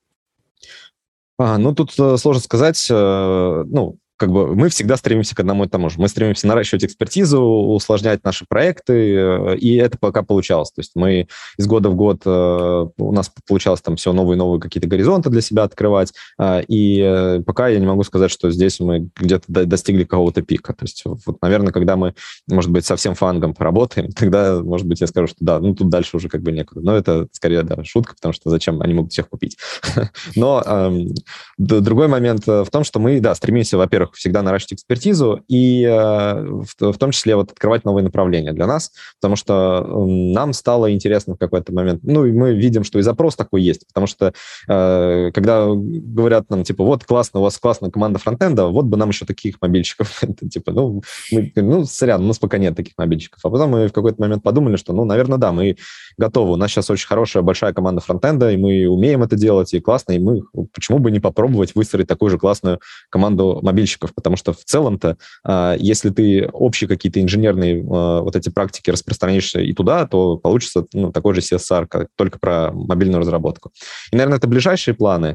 А, ну, тут сложно сказать. Ну, как бы мы всегда стремимся к одному и тому же. Мы стремимся наращивать экспертизу, усложнять наши проекты, и это пока получалось. То есть мы из года в год, у нас получалось там все новые и новые какие-то горизонты для себя открывать, и пока я не могу сказать, что здесь мы где-то достигли какого-то пика. То есть вот, наверное, когда мы, может быть, совсем фангом поработаем, тогда, может быть, я скажу, что да, ну тут дальше уже как бы некуда. Но это скорее, да, шутка, потому что зачем они могут всех купить. Но другой момент в том, что мы, да, стремимся, во-первых, во-первых, всегда наращивать экспертизу и в, в том числе вот открывать новые направления для нас, потому что нам стало интересно в какой-то момент. Ну, и мы видим, что и запрос такой есть, потому что когда говорят нам, типа, вот классно, у вас классная команда фронтенда, вот бы нам еще таких мобильщиков. Это, типа, ну, мы, ну, сорян, у нас пока нет таких мобильщиков. А потом мы в какой-то момент подумали, что, ну, наверное, да, мы готовы. У нас сейчас очень хорошая, большая команда фронтенда, и мы умеем это делать, и классно, и мы почему бы не попробовать выстроить такую же классную команду мобильщиков, потому что в целом-то, если ты общие какие-то инженерные вот эти практики распространяешь и туда, то получится, ну, такой же си эс ар, как только про мобильную разработку. И, наверное, это ближайшие планы,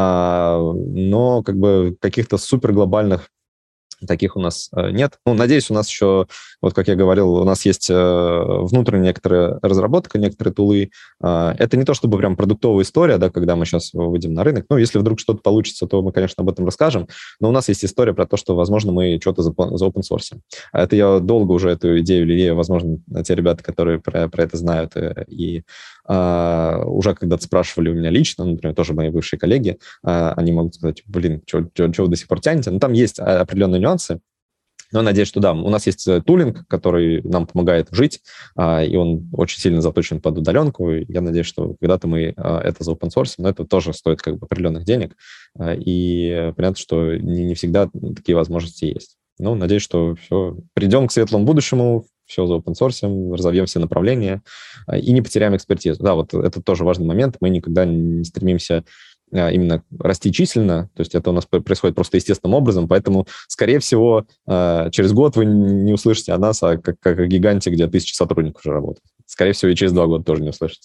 но как бы каких-то суперглобальных таких у нас нет. Ну, надеюсь, у нас еще, вот как я говорил, у нас есть внутренняя некоторая разработка, некоторые тулы. Это не то чтобы прям продуктовая история, да, когда мы сейчас выйдем на рынок. Ну, если вдруг что-то получится, то мы, конечно, об этом расскажем. Но у нас есть история про то, что, возможно, мы что-то за open source. Это я долго уже эту идею лелею, возможно, те ребята, которые про, про это знают, и Uh, уже когда-то спрашивали у меня лично, например, тоже мои бывшие коллеги, uh, они могут сказать, блин, что вы до сих пор тянете? Ну, там есть определенные нюансы, но надеюсь, что да, у нас есть тулинг, который нам помогает жить, uh, и он очень сильно заточен под удаленку, и я надеюсь, что когда-то мы uh, это за open source, но это тоже стоит как бы определенных денег, uh, и понятно, что не, не всегда такие возможности есть. Ну, надеюсь, что все, придем к светлому будущему, все за open source, разовьем все направления и не потеряем экспертизу. Да, вот это тоже важный момент. Мы никогда не стремимся именно расти численно, то есть это у нас происходит просто естественным образом, поэтому, скорее всего, через год вы не услышите о нас, а как, как о гиганте, где тысячи сотрудников уже работают. Скорее всего, и через два года тоже не услышите.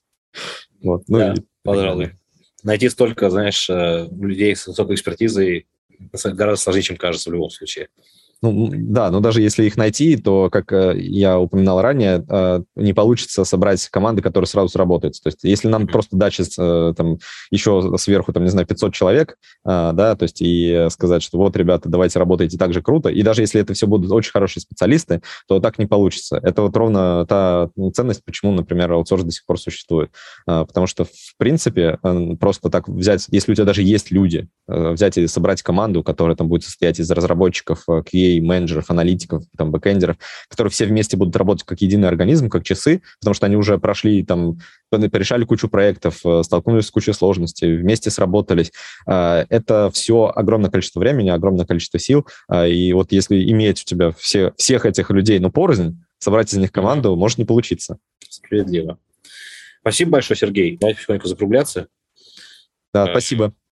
Вот. Ну, да, и, пожалуй. Найти столько, знаешь, людей с высокой экспертизой гораздо сложнее, чем кажется в любом случае. Ну, да, но даже если их найти, то, как я упоминал ранее, не получится собрать команды, которые сразу сработают. То есть если нам просто дать сейчас там, еще сверху, там, не знаю, пятьсот человек, да, то есть и сказать, что вот, ребята, давайте работайте так же круто, и даже если это все будут очень хорошие специалисты, то так не получится. Это вот ровно та ценность, почему, например, аутсорс до сих пор существует. Потому что, в принципе, просто так взять, если у тебя даже есть люди, взять и собрать команду, которая там будет состоять из разработчиков, кью эй, менеджеров, аналитиков, там, бэкэндеров, которые все вместе будут работать как единый организм, как часы, потому что они уже прошли, там, порешали кучу проектов, столкнулись с кучей сложностей, вместе сработались. Это все огромное количество времени, огромное количество сил, и вот если иметь у тебя все, всех этих людей, ну, порознь, собрать из них команду, может не получиться. Справедливо. Спасибо большое, Сергей. Давайте потихоньку закругляться. Да, спасибо.